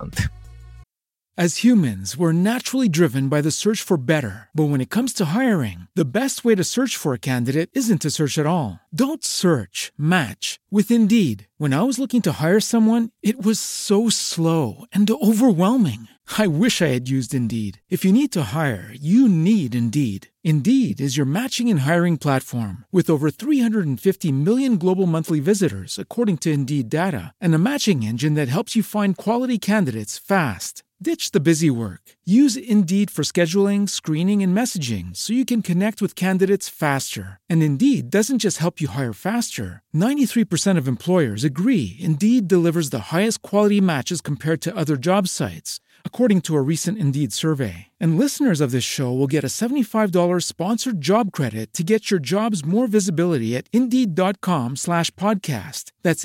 As humans, we're naturally driven by the search for better. But when it comes to hiring, the best way to search for a candidate isn't to search at all. Don't search, match with Indeed. When I was looking to hire someone, it was so slow and overwhelming. I wish I had used Indeed. If you need to hire, you need Indeed. Indeed is your matching and hiring platform with over 350 million global monthly visitors, according to Indeed data, and a matching engine that helps you find quality candidates fast. Ditch the busy work. Use Indeed for scheduling, screening, and messaging so you can connect with candidates faster. And Indeed doesn't just help you hire faster. 93% of employers agree Indeed delivers the highest quality matches compared to other job sites, according to a recent Indeed survey. And listeners of this show will get a $75 sponsored job credit to get your jobs more visibility at Indeed.com/podcast. That's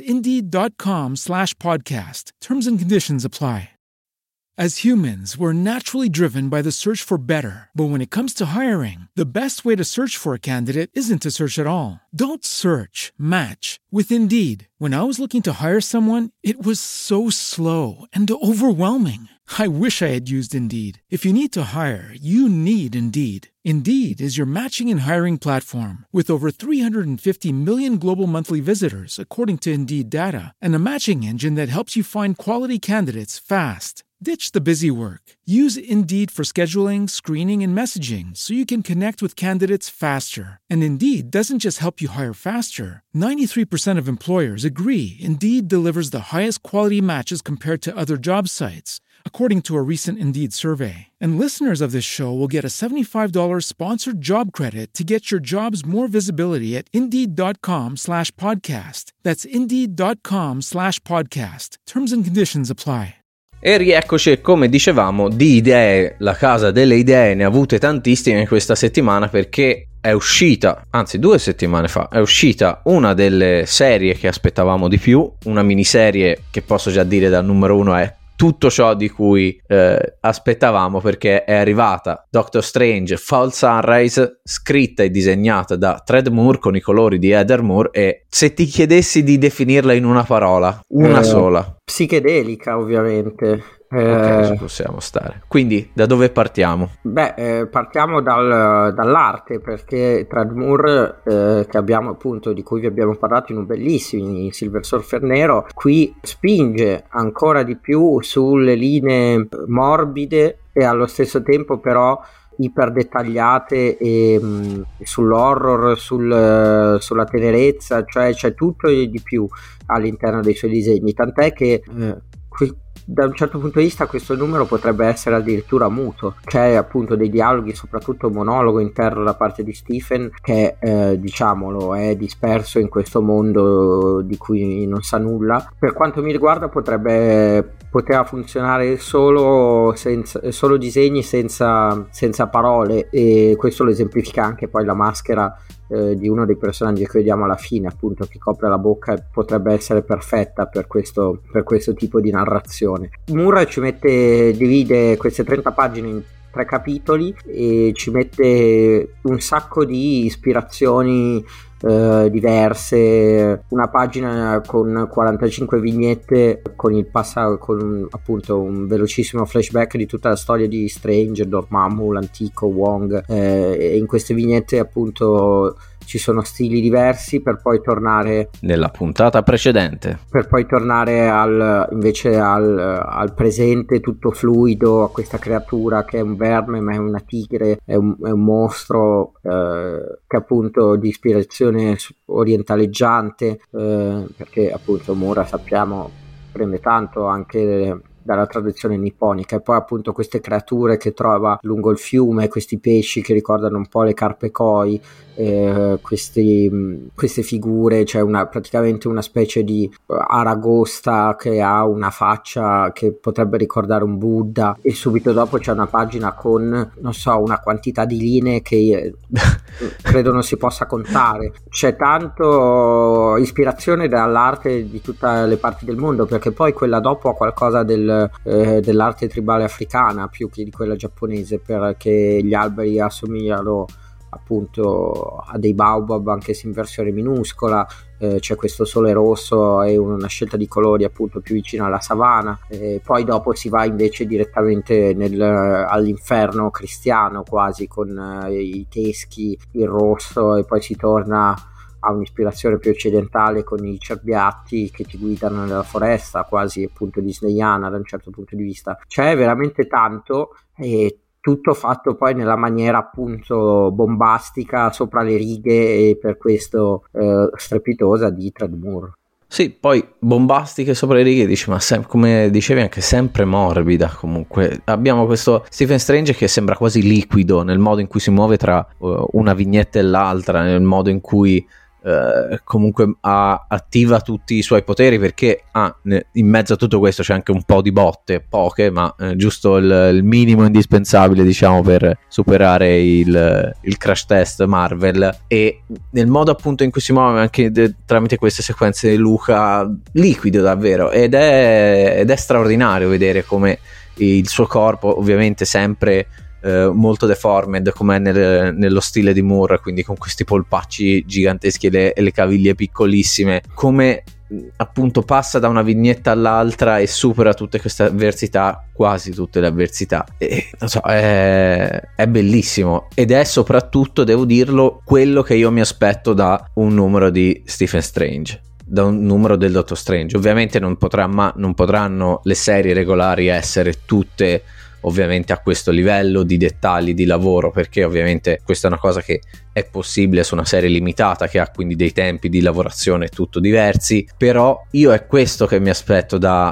Indeed.com/podcast. Terms and conditions apply. As humans, we're naturally driven by the search for better. But when it comes to hiring, the best way to search for a candidate isn't to search at all. Don't search, match with Indeed. When I was looking to hire someone, it was so slow and overwhelming. I wish I had used Indeed. If you need to hire, you need Indeed. Indeed is your matching and hiring platform with over 350 million global monthly visitors, according to Indeed data, and a matching engine that helps you find quality candidates fast. Ditch the busy work. Use Indeed for scheduling, screening, and messaging so you can connect with candidates faster. And Indeed doesn't just help you hire faster. 93% of employers agree Indeed delivers the highest quality matches compared to other job sites, according to a recent Indeed survey. And listeners of this show will get a $75 sponsored job credit to get your jobs more visibility at Indeed.com/podcast. That's Indeed.com/podcast. Terms and conditions apply. E rieccoci, e come dicevamo, di idee, la casa delle idee ne ha avute tantissime questa settimana, perché è uscita, anzi 2 settimane fa, è uscita una delle serie che aspettavamo di più, una miniserie che posso già dire dal numero 1 è tutto ciò di cui aspettavamo, perché è arrivata Doctor Strange Fall Sunrise, scritta e disegnata da Tradd Moore con i colori di Heather Moore, e se ti chiedessi di definirla in una parola, una sola. Psichedelica, ovviamente. Ok, ci possiamo stare. Quindi da dove partiamo? Partiamo dall'arte, perché Tradd Moore, che abbiamo appunto, di cui vi abbiamo parlato in un bellissimo Silver Surfer Nero, qui spinge ancora di più sulle linee morbide e allo stesso tempo però iper dettagliate, e sull'horror, sulla tenerezza, cioè c'è tutto e di più all'interno dei suoi disegni, tant'è che da un certo punto di vista questo numero potrebbe essere addirittura muto. C'è appunto dei dialoghi, soprattutto monologo interno da parte di Stephen, che diciamolo è disperso in questo mondo di cui non sa nulla. Per quanto mi riguarda poteva funzionare solo disegni senza parole, e questo lo esemplifica anche poi la maschera di uno dei personaggi che vediamo alla fine, appunto, che copre la bocca, potrebbe essere perfetta per questo tipo di narrazione. Moore divide queste 30 pagine in 3 capitoli e ci mette un sacco di ispirazioni diverse, una pagina con 45 vignette con appunto un velocissimo flashback di tutta la storia di Strange, Dormammu, l'antico Wong, e in queste vignette appunto ci sono stili diversi, per poi tornare nella puntata precedente, per poi tornare al presente, tutto fluido, a questa creatura che è un verme ma è una tigre, è un mostro che appunto di ispirazione orientaleggiante, perché appunto Mura, sappiamo, prende tanto anche dalla tradizione nipponica, e poi appunto queste creature che trova lungo il fiume, questi pesci che ricordano un po' le carpe koi, queste figure, cioè praticamente una specie di aragosta che ha una faccia che potrebbe ricordare un Buddha, e subito dopo c'è una pagina con, non so, una quantità di linee che credo non si possa contare. C'è tanto ispirazione dall'arte di tutte le parti del mondo, perché poi quella dopo ha qualcosa dell'arte tribale africana più che di quella giapponese, perché gli alberi assomigliano appunto a dei baobab, anche se in versione minuscola. C'è questo sole rosso e una scelta di colori appunto più vicina alla savana, poi dopo si va invece direttamente all'inferno cristiano, quasi, con i teschi, il rosso, e poi si torna a un'ispirazione più occidentale con i cerbiatti che ti guidano nella foresta, quasi appunto disneyana da un certo punto di vista. C'è veramente tanto, e tutto fatto poi nella maniera appunto bombastica, sopra le righe, e per questo strepitosa di Tradd Moore. Sì, poi bombastiche sopra le righe, dici, ma come dicevi anche sempre morbida. Comunque abbiamo questo Stephen Strange che sembra quasi liquido nel modo in cui si muove tra una vignetta e l'altra, nel modo in cui comunque attiva tutti i suoi poteri, perché in mezzo a tutto questo c'è anche un po' di botte, poche, ma giusto il minimo indispensabile, diciamo, per superare il crash test Marvel. E nel modo appunto in cui si muove anche tramite queste sequenze di Luca, liquido davvero, ed è straordinario vedere come il suo corpo, ovviamente sempre molto deformed come è nello stile di Moore, quindi con questi polpacci giganteschi e le caviglie piccolissime, come appunto passa da una vignetta all'altra e supera tutte queste avversità, quasi tutte le avversità, e non so, è bellissimo, ed è soprattutto, devo dirlo, quello che io mi aspetto da un numero di Stephen Strange, da un numero del Doctor Strange. Ovviamente non potranno le serie regolari essere tutte ovviamente a questo livello di dettagli di lavoro, perché ovviamente questa è una cosa che è possibile su una serie limitata, che ha quindi dei tempi di lavorazione tutto diversi. Però io è questo che mi aspetto dal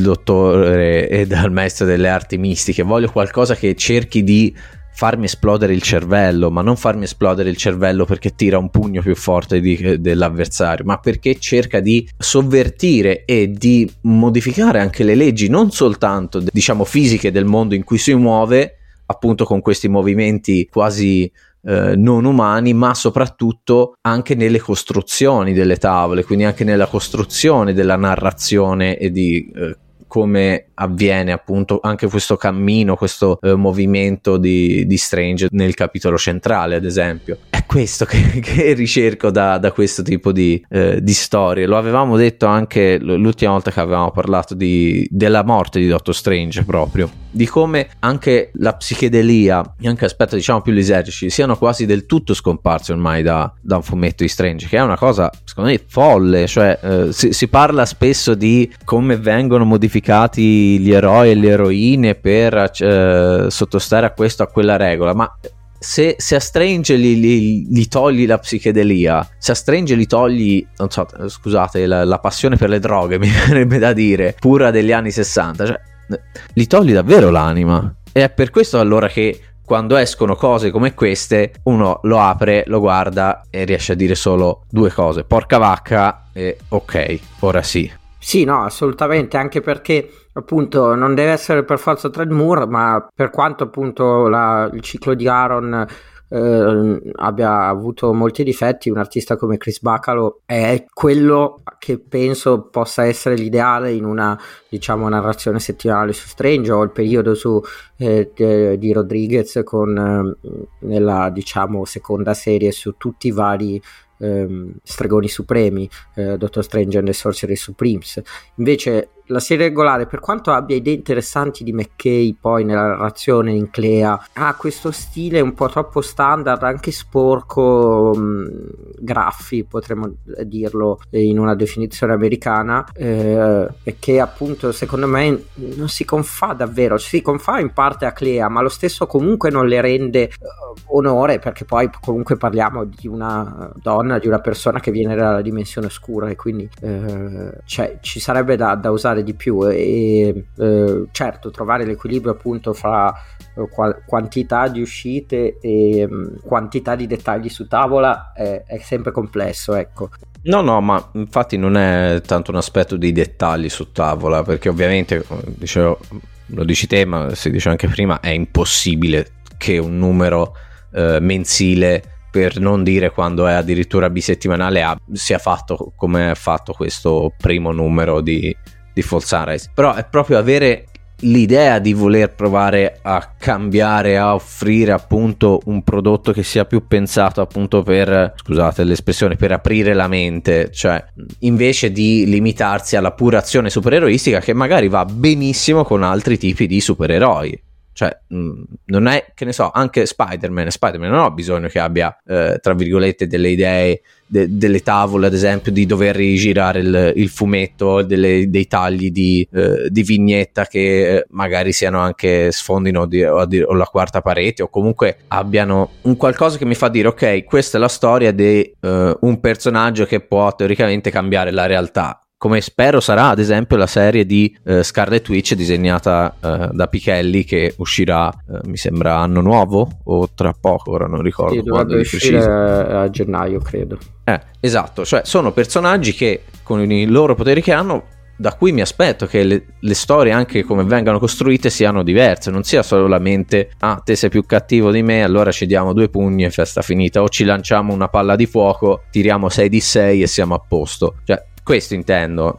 dottore e dal maestro delle arti mistiche. Voglio qualcosa che cerchi di farmi esplodere il cervello, ma non farmi esplodere il cervello perché tira un pugno più forte dell'avversario, ma perché cerca di sovvertire e di modificare anche le leggi, non soltanto diciamo fisiche del mondo in cui si muove, appunto con questi movimenti quasi non umani, ma soprattutto anche nelle costruzioni delle tavole, quindi anche nella costruzione della narrazione e di come avviene appunto anche questo cammino, questo movimento di Strange nel capitolo centrale, ad esempio. È questo che ricerco da questo tipo di storie. Lo avevamo detto anche l'ultima volta che avevamo parlato della morte di Doctor Strange, proprio di come anche la psichedelia e anche aspetti diciamo più lisergici siano quasi del tutto scomparsi ormai da un fumetto di Strange, che è una cosa secondo me folle. Cioè si parla spesso di come vengono modificati gli eroi e le eroine per sottostare a questo, a quella regola, ma se a Strange gli togli la psichedelia, se a Strange gli togli, non so, scusate, la passione per le droghe, mi verrebbe da dire, pura degli anni 60, cioè gli togli davvero l'anima. E è per questo allora che quando escono cose come queste uno lo apre, lo guarda e riesce a dire solo due cose: porca vacca e ok, ora sì. Sì, no, assolutamente, anche perché appunto non deve essere per forza Trent Moore, ma per quanto appunto il ciclo di Aaron abbia avuto molti difetti, un artista come Chris Bacalo è quello che penso possa essere l'ideale in una, diciamo, narrazione settimanale su Strange, o il periodo di Rodriguez con nella, diciamo, seconda serie su tutti i vari stregoni supremi, Doctor Strange and the Sorcerer Supremes. Invece la serie regolare, per quanto abbia idee interessanti di McKay poi nella narrazione in Clea, ha questo stile un po' troppo standard, anche sporco, graffi potremmo dirlo in una definizione americana, e che appunto secondo me non si confà davvero, si confà in parte a Clea, ma lo stesso comunque non le rende onore, perché poi comunque parliamo di una donna, di una persona che viene dalla dimensione oscura, e quindi cioè, ci sarebbe da usare di più, e certo trovare l'equilibrio appunto fra quantità di uscite e quantità di dettagli su tavola è sempre complesso, ecco. No, ma infatti non è tanto un aspetto di dettagli su tavola, perché ovviamente, dicevo, lo dici te, ma si dice anche prima, è impossibile che un numero mensile, per non dire quando è addirittura bisettimanale, sia fatto come è fatto questo primo numero di Fall Sunrise. Però è proprio avere l'idea di voler provare a cambiare, a offrire appunto un prodotto che sia più pensato appunto per, scusate l'espressione, per aprire la mente, cioè invece di limitarsi alla pura azione supereroistica, che magari va benissimo con altri tipi di supereroi. Cioè non è, che ne so, anche Spider-Man non ho bisogno che abbia tra virgolette delle idee, delle tavole ad esempio, di dover rigirare il fumetto, dei tagli di vignetta che magari siano anche sfondino o la quarta parete, o comunque abbiano un qualcosa che mi fa dire ok, questa è la storia di un personaggio che può teoricamente cambiare la realtà. come spero sarà ad esempio la serie di Scarlet Witch disegnata da Pichelli, che uscirà mi sembra anno nuovo o tra poco, ora non ricordo quando di preciso. A gennaio credo. Esatto, cioè sono personaggi che con i loro poteri che hanno, da cui mi aspetto che le storie, anche come vengono costruite, siano diverse, non sia solamente te sei più cattivo di me, allora ci diamo 2 pugni e festa finita, o ci lanciamo una palla di fuoco, tiriamo 6 di 6 e siamo a posto. Cioè questo intendo.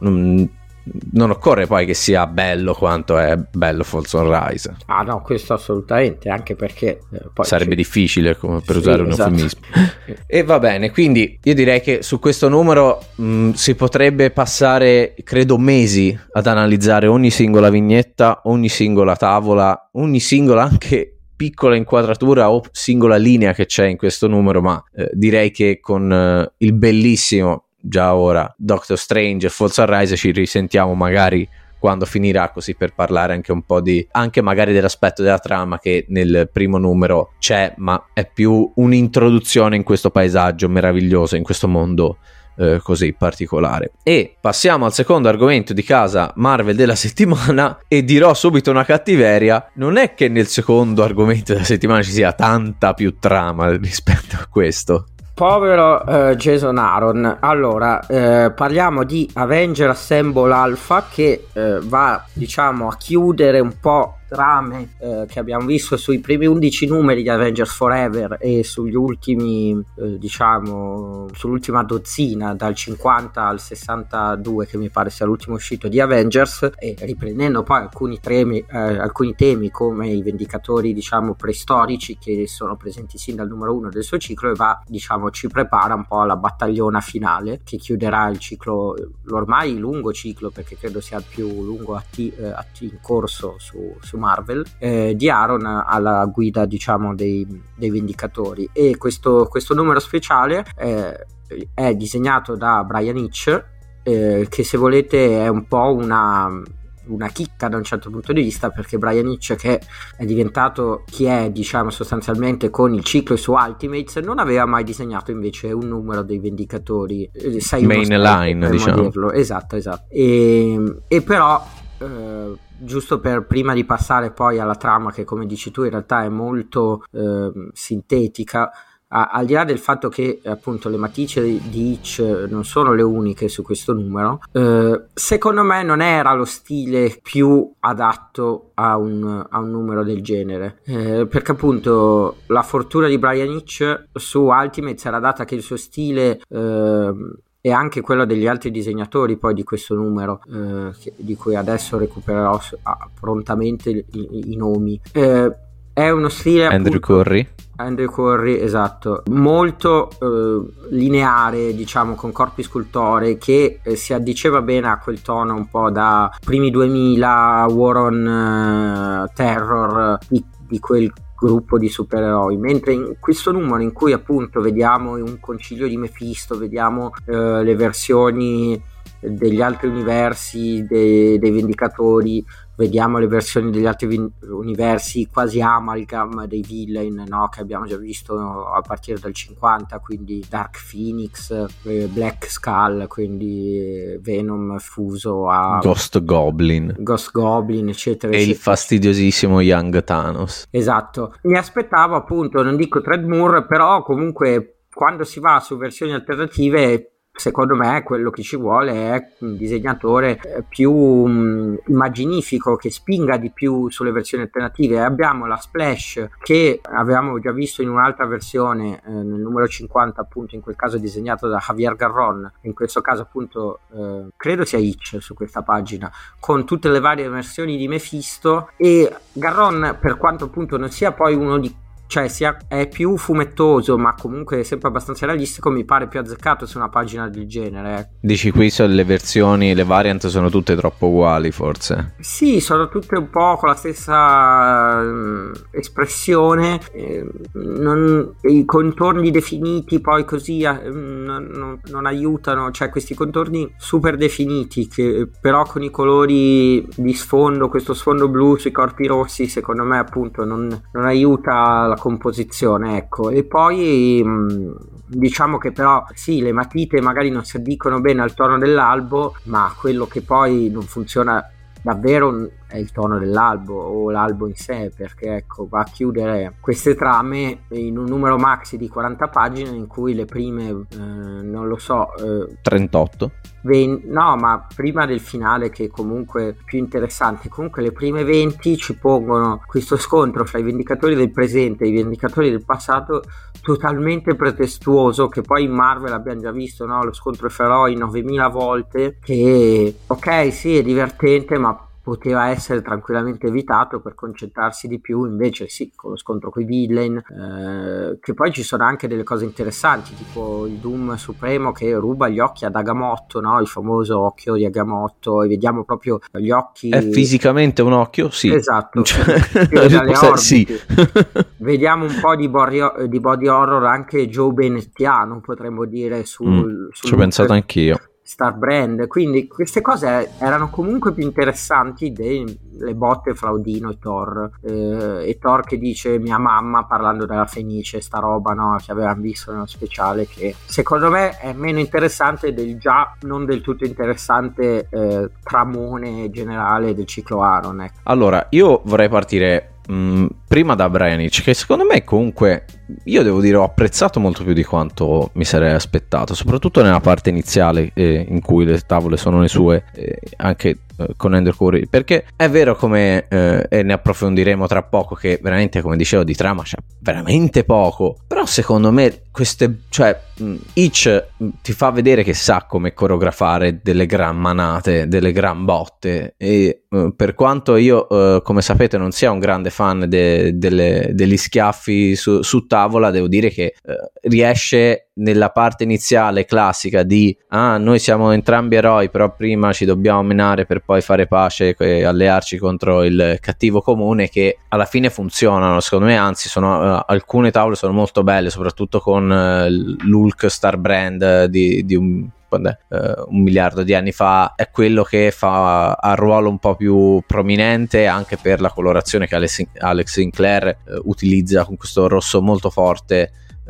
Non occorre poi che sia bello quanto è bello Fall Sunrise. No, questo assolutamente, anche perché poi sarebbe difficile per usare un esatto. eufemismo. E va bene, quindi io direi che su questo numero si potrebbe passare credo mesi ad analizzare ogni singola vignetta, ogni singola tavola, ogni singola anche piccola inquadratura o singola linea che c'è in questo numero, ma direi che con il bellissimo già ora Doctor Strange e Fall Sunrise ci risentiamo magari quando finirà, così per parlare anche un po' anche magari dell'aspetto della trama che nel primo numero c'è, ma è più un'introduzione in questo paesaggio meraviglioso, in questo mondo così particolare. E passiamo al secondo argomento di casa Marvel della settimana, e dirò subito una cattiveria: non è che nel secondo argomento della settimana ci sia tanta più trama rispetto a questo. Povero Jason Aaron. Allora, parliamo di Avenger Assemble Alpha, che va, diciamo, a chiudere un po' trame che abbiamo visto sui primi 11 numeri di Avengers Forever e sugli ultimi diciamo sull'ultima dozzina, dal 50 al 62 che mi pare sia l'ultimo uscito di Avengers, e riprendendo poi alcuni temi come i Vendicatori, diciamo, preistorici, che sono presenti sin dal numero 1 del suo ciclo, e va, diciamo, ci prepara un po' alla battagliona finale che chiuderà il ciclo, l'ormai lungo ciclo, perché credo sia il più lungo in corso su Marvel, di Aaron alla guida, diciamo, dei Vendicatori. E questo numero speciale è disegnato da Brian Hitch, che, se volete, è un po' una chicca da un certo punto di vista, perché Brian Hitch, che è diventato chi è, diciamo, sostanzialmente con il ciclo su Ultimates, non aveva mai disegnato invece un numero dei Vendicatori mainline, diciamo. Dirlo. Esatto. E però giusto prima di passare poi alla trama, che come dici tu in realtà è molto sintetica, al di là del fatto che appunto le matrici di Hitch non sono le uniche su questo numero, secondo me non era lo stile più adatto a un numero del genere, perché appunto la fortuna di Brian Hitch su Ultimates era data che il suo stile e anche quello degli altri disegnatori poi di questo numero, di cui adesso recupererò prontamente i nomi, è uno stile Andrew Curry, esatto, molto lineare, diciamo, con corpi scultorei, che si addiceva bene a quel tono un po' da primi 2000 War on Terror di quel gruppo di supereroi, mentre in questo numero, in cui appunto vediamo un concilio di Mephisto, vediamo le versioni degli altri universi dei Vendicatori, vediamo le versioni degli altri universi quasi amalgam dei villain, no? Che abbiamo già visto a partire dal 50, quindi Dark Phoenix, Black Skull, quindi Venom fuso a Ghost Goblin, eccetera, e il fastidiosissimo Young Thanos. Esatto, mi aspettavo, appunto, non dico Trent Moore, però comunque quando si va su versioni alternative, secondo me quello che ci vuole è un disegnatore più immaginifico, che spinga di più sulle versioni alternative. Abbiamo la Splash, che avevamo già visto in un'altra versione nel numero 50, appunto, in quel caso disegnato da Javier Garrón, in questo caso appunto credo sia Hitch su questa pagina, con tutte le varie versioni di Mephisto. E Garrón, per quanto appunto non sia poi uno di, cioè è più fumettoso, ma comunque sempre abbastanza realistico, mi pare più azzeccato su una pagina del genere. Dici qui sono le versioni, le variant sono tutte troppo uguali, forse? Sì, sono tutte un po' con la stessa espressione, i contorni definiti poi così non aiutano, cioè questi contorni super definiti, che però con i colori di sfondo, questo sfondo blu sui corpi rossi, secondo me appunto non aiuta la composizione, ecco. E poi diciamo che però sì, le matite magari non si addicono bene al tono dell'albo, ma quello che poi non funziona davvero è il tono dell'albo o l'albo in sé, perché ecco, va a chiudere queste trame in un numero maxi di 40 pagine in cui le prime 38 no, ma prima del finale, che comunque più interessante, comunque le prime 20 ci pongono questo scontro fra i Vendicatori del presente e i Vendicatori del passato totalmente pretestuoso, che poi in Marvel abbiamo già visto, no? Lo scontro fra eroi 9000 volte, che ok, sì, è divertente, ma poteva essere tranquillamente evitato per concentrarsi di più. Invece sì, con lo scontro con i villain, che poi ci sono anche delle cose interessanti, tipo il Doom Supremo che ruba gli occhi ad Agamotto, no? Il famoso occhio di Agamotto, e vediamo proprio gli occhi. È fisicamente un occhio? Sì. Esatto, dalle sì. Vediamo un po' di body horror anche Joe Bennettiano, potremmo dire, ci ho pensato anch'io. Star Brand, quindi queste cose erano comunque più interessanti delle botte fra Odino e Thor, e Thor che dice mia mamma, parlando della Fenice, sta roba, no, che avevamo visto nello speciale, che secondo me è meno interessante del già non del tutto interessante tramone generale del ciclo Aaron, ecco. Allora, io vorrei partire prima da Branich, che secondo me comunque, io devo dire, ho apprezzato molto più di quanto mi sarei aspettato, soprattutto nella parte iniziale in cui le tavole sono le sue, anche con Ender Curry, perché è vero, come e ne approfondiremo tra poco, che veramente, come dicevo, di trama c'è veramente poco, però secondo me Hitch ti fa vedere che sa come coreografare delle gran manate, delle gran botte, e per quanto io come sapete non sia un grande fan degli schiaffi su tavola, devo dire che riesce nella parte iniziale classica di noi siamo entrambi eroi, però prima ci dobbiamo menare per poi fare pace e allearci contro il cattivo comune, che alla fine funzionano secondo me, anzi alcune tavole sono molto belle, soprattutto con l'Hulk Star Brand di un miliardo di anni fa. È quello che ha il ruolo un po' più prominente, anche per la colorazione che Alex Sinclair utilizza, con questo rosso molto forte,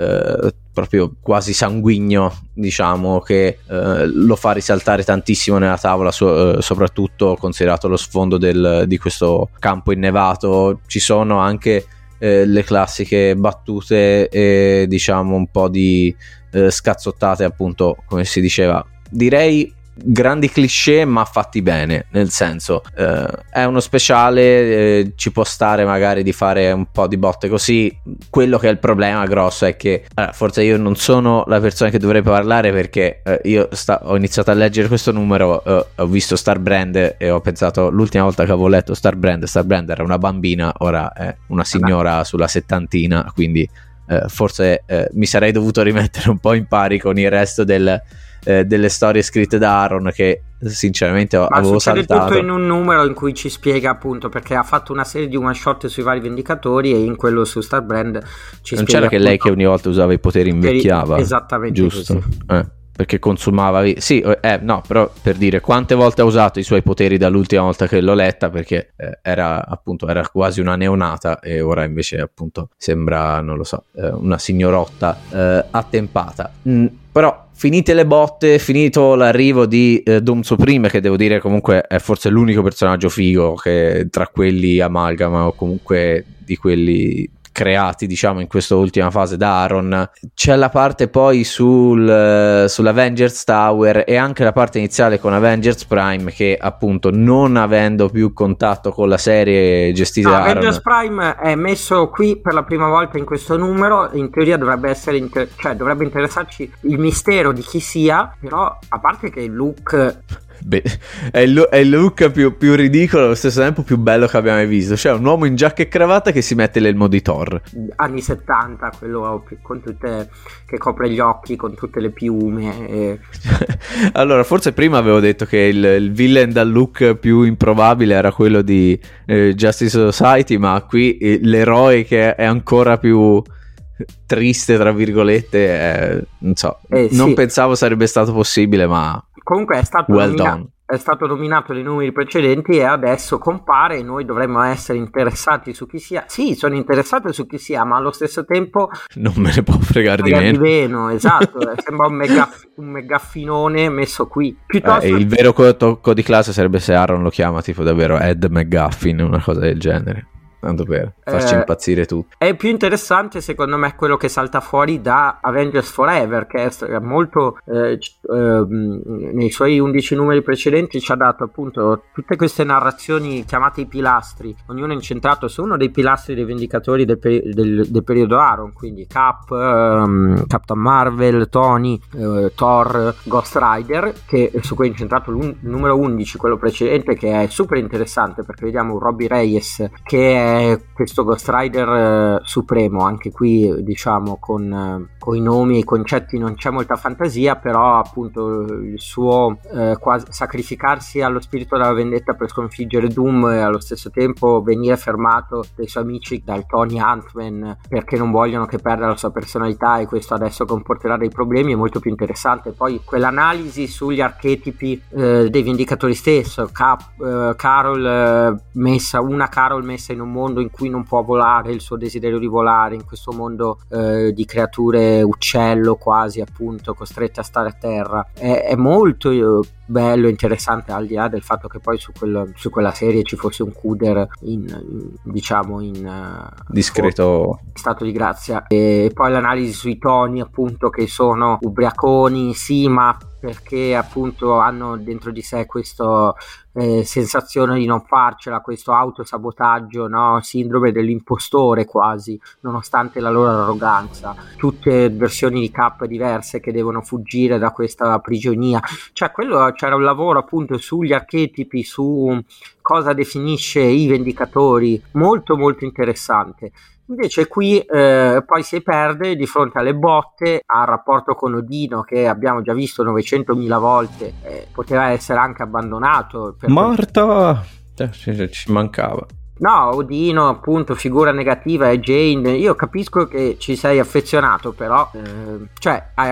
proprio quasi sanguigno, diciamo, che lo fa risaltare tantissimo nella tavola, soprattutto considerato lo sfondo di questo campo innevato. Ci sono anche le classiche battute e, diciamo, un po' di scazzottate, appunto, come si diceva, direi grandi cliché ma fatti bene, nel senso è uno speciale, ci può stare magari di fare un po' di botte così. Quello che è il problema grosso è che forse io non sono la persona che dovrebbe parlare, perché io ho iniziato a leggere questo numero, ho visto Star Brand e ho pensato, l'ultima volta che avevo letto Star Brand era una bambina, ora è una signora sulla settantina, quindi forse mi sarei dovuto rimettere un po' in pari con il resto delle storie scritte da Aaron, che sinceramente avevo saltato. Tutto in un numero in cui ci spiega, appunto, perché ha fatto una serie di one shot sui vari Vendicatori, e in quello su Star Brand ci non spiega, c'era, appunto, che lei che ogni volta usava i poteri invecchiava, esattamente, giusto? Così. Perché consumava no, però per dire quante volte ha usato i suoi poteri dall'ultima volta che l'ho letta, perché era quasi una neonata, e ora invece appunto sembra, non lo so, una signorotta attempata. Però finite le botte, finito l'arrivo di Doom Supreme, che devo dire comunque è forse l'unico personaggio figo che tra quelli amalgama, o comunque di quelli creati, diciamo, in questa ultima fase da Aaron. C'è la parte poi sull'Avengers Tower, e anche la parte iniziale con Avengers Prime, che appunto, non avendo più contatto con la serie gestita da Aaron, Avengers Prime è messo qui per la prima volta in questo numero. In teoria dovrebbe essere dovrebbe interessarci il mistero di chi sia, però a parte che il look è il look più ridicolo, allo stesso tempo più bello che abbiamo mai visto. Cioè un uomo in giacca e cravatta che si mette l'elmo di Thor anni 70, quello con tutte, che copre gli occhi con tutte le piume Allora, forse prima avevo detto che il villain dal look più improbabile era quello di Justice Society, ma qui l'eroe che è ancora più triste, tra virgolette, non so, non pensavo sarebbe stato possibile, ma comunque è stato è stato nominato nei numeri precedenti e adesso compare e noi dovremmo essere interessati su chi sia. Sì, sono interessato su chi sia, ma allo stesso tempo non me ne può fregare di meno. Esatto, sembra un megaffinone messo qui. Piuttosto... il vero tocco di classe sarebbe se Aaron lo chiama tipo davvero Ed McGuffin, una cosa del genere, tanto per farci impazzire tutti. È più interessante secondo me quello che salta fuori da Avengers Forever, che è molto nei suoi 11 numeri precedenti ci ha dato appunto tutte queste narrazioni chiamate i pilastri, ognuno è incentrato su uno dei pilastri dei Vendicatori del periodo Aaron, quindi Cap, Captain Marvel, Tony, Thor, Ghost Rider, che su cui è incentrato il numero 11, quello precedente, che è super interessante perché vediamo un Robbie Reyes che è questo Ghost Rider supremo, anche qui diciamo con i nomi e i concetti non c'è molta fantasia, però appunto il suo quasi sacrificarsi allo spirito della vendetta per sconfiggere Doom e allo stesso tempo venire fermato dai suoi amici, dal Tony Ant-Man, perché non vogliono che perda la sua personalità e questo adesso comporterà dei problemi, è molto più interessante. Poi quell'analisi sugli archetipi dei Vendicatori stesso, Carol messa in un mondo in cui non può volare, il suo desiderio di volare in questo mondo di creature uccello quasi, appunto costrette a stare a terra, è molto bello e interessante, al di là del fatto che poi su quella serie ci fosse un Cuder in discreto stato di grazia, e poi l'analisi sui toni appunto che sono ubriaconi, sì, ma perché appunto hanno dentro di sé questo sensazione di non farcela, questo autosabotaggio, no? Sindrome dell'impostore quasi, nonostante la loro arroganza, tutte versioni di Cap diverse che devono fuggire da questa prigionia, cioè quello, c'era un lavoro appunto sugli archetipi, su cosa definisce i Vendicatori, molto molto interessante. Invece qui poi si perde di fronte alle botte, al rapporto con Odino che abbiamo già visto 900.000 volte, poteva essere anche abbandonato. Marta! Ci mancava. No, Odino appunto figura negativa è Jane, io capisco che ci sei affezionato, però cioè hai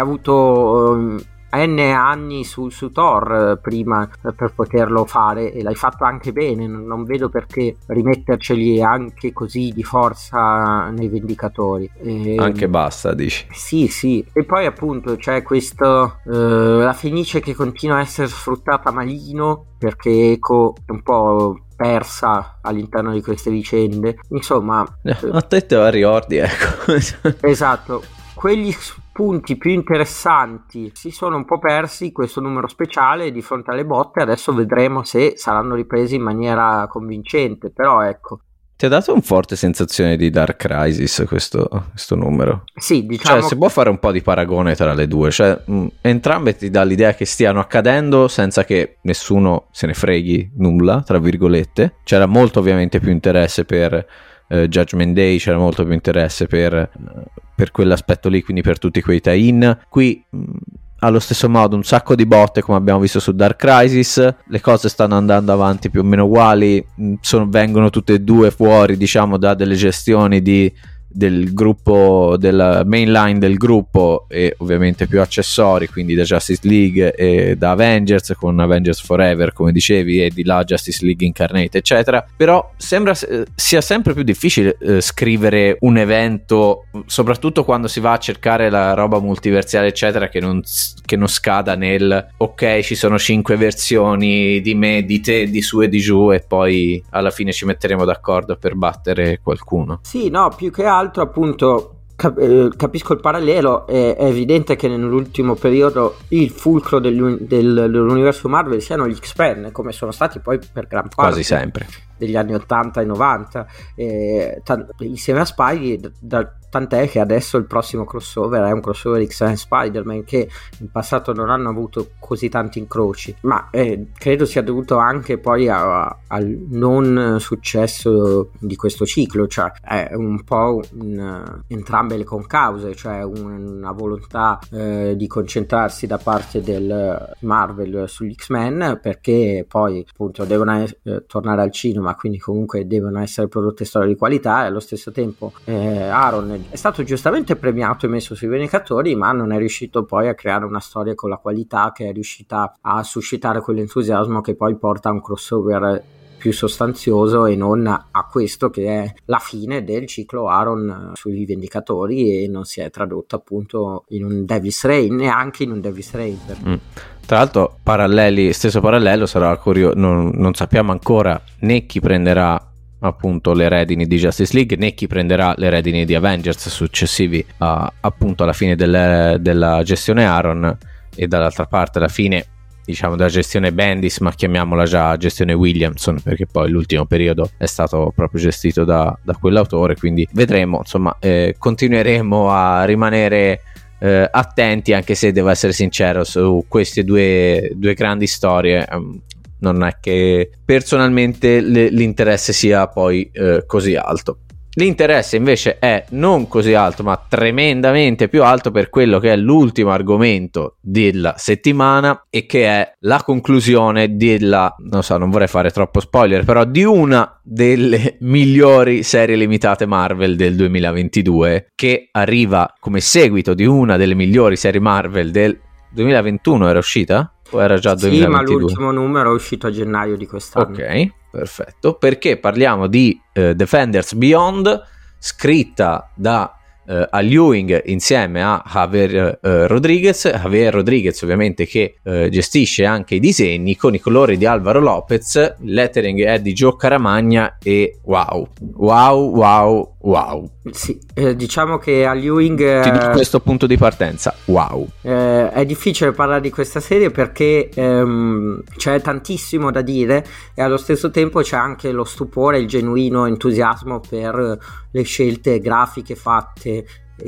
avuto N anni su Thor prima per poterlo fare e l'hai fatto anche bene, non vedo perché rimetterceli anche così di forza nei Vendicatori. Anche basta, dici? Sì, e poi appunto c'è questo la Fenice che continua a essere sfruttata malino perché Echo è un po' persa all'interno di queste vicende, insomma a te la ricordi, ecco. Esatto, quegli punti più interessanti si sono un po' persi questo numero speciale di fronte alle botte, adesso vedremo se saranno ripresi in maniera convincente, però ecco. Ti ha dato un forte sensazione di Dark Crisis questo numero? Sì, diciamo. Cioè, si può fare un po' di paragone tra le due, cioè entrambe ti dà l'idea che stiano accadendo senza che nessuno se ne freghi nulla, tra virgolette. C'era molto ovviamente più interesse per Judgment Day, c'era molto più interesse per quell'aspetto lì, quindi per tutti quei tie-in. Qui allo stesso modo un sacco di botte come abbiamo visto su Dark Crisis, le cose stanno andando avanti più o meno uguali, vengono tutte e due fuori diciamo da delle gestioni del gruppo, della main line del gruppo e ovviamente più accessori, quindi da Justice League e da Avengers, con Avengers Forever come dicevi, e di là Justice League Incarnate eccetera. Però sembra sia sempre più difficile scrivere un evento, soprattutto quando si va a cercare la roba multiversiale eccetera, che non scada nel ok ci sono 5 versioni di me, di te, di su e di giù e poi alla fine ci metteremo d'accordo per battere qualcuno. Sì, no, più che altro appunto capisco il parallelo, è evidente che nell'ultimo periodo il fulcro dell'universo Marvel siano gli X-Men, come sono stati poi per gran parte quasi sempre degli anni 80 e 90 insieme a Spidey, tant'è che adesso il prossimo crossover è un crossover X-Men Spider-Man, che in passato non hanno avuto così tanti incroci, ma credo sia dovuto anche poi al non successo di questo ciclo, cioè è un po' entrambe le concause, cioè una volontà di concentrarsi da parte del Marvel sugli X-Men, perché poi appunto devono tornare al cinema, quindi comunque devono essere prodotte storie di qualità, e allo stesso tempo Aaron è stato giustamente premiato e messo sui Vendicatori, ma non è riuscito poi a creare una storia con la qualità che è riuscita a suscitare quell'entusiasmo che poi porta a un crossover più sostanzioso e non a questo che è la fine del ciclo Aaron sui Vendicatori, e non si è tradotto appunto in un Devil's Reign, neanche in un Devil's Reign. Tra l'altro stesso parallelo sarà curioso, non sappiamo ancora né chi prenderà appunto le redini di Justice League né chi prenderà le redini di Avengers successivi appunto alla fine della gestione Aaron, e dall'altra parte alla fine diciamo della gestione Bendis, ma chiamiamola già gestione Williamson, perché poi l'ultimo periodo è stato proprio gestito da quell'autore, quindi vedremo, insomma, continueremo a rimanere attenti, anche se devo essere sincero su queste due grandi storie. Non è che personalmente l'interesse sia poi così alto. L'interesse invece è non così alto, ma tremendamente più alto per quello che è l'ultimo argomento della settimana, e che è la conclusione non vorrei fare troppo spoiler, però di una delle migliori serie limitate Marvel del 2022, che arriva come seguito di una delle migliori serie Marvel del 2021. Era uscita? O era già 2022? Sì, ma l'ultimo numero è uscito a gennaio di quest'anno. Ok, perfetto, perché parliamo di Defenders Beyond, scritta da Al Ewing insieme a Javier Rodriguez ovviamente, che gestisce anche i disegni, con i colori di Alvaro Lopez. Il lettering è di Joe Caramagna e wow. Sì, diciamo che Al Ewing ti dico questo punto di partenza, wow. È difficile parlare di questa serie perché c'è tantissimo da dire, e allo stesso tempo c'è anche lo stupore, il genuino entusiasmo per le scelte grafiche fatte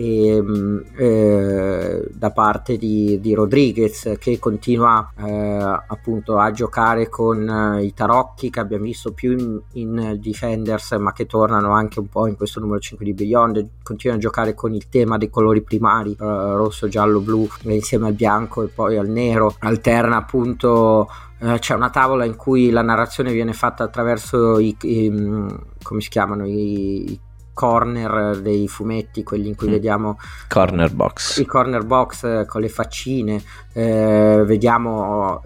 da parte di Rodriguez, che continua appunto a giocare con i tarocchi che abbiamo visto più in Defenders, ma che tornano anche un po' in questo numero 5 di Beyond. Continua a giocare con il tema dei colori primari, rosso, giallo, blu, insieme al bianco e poi al nero. Alterna appunto, c'è una tavola in cui la narrazione viene fatta attraverso come si chiamano, i corner dei fumetti, quelli in cui vediamo corner box, i corner box con le faccine, vediamo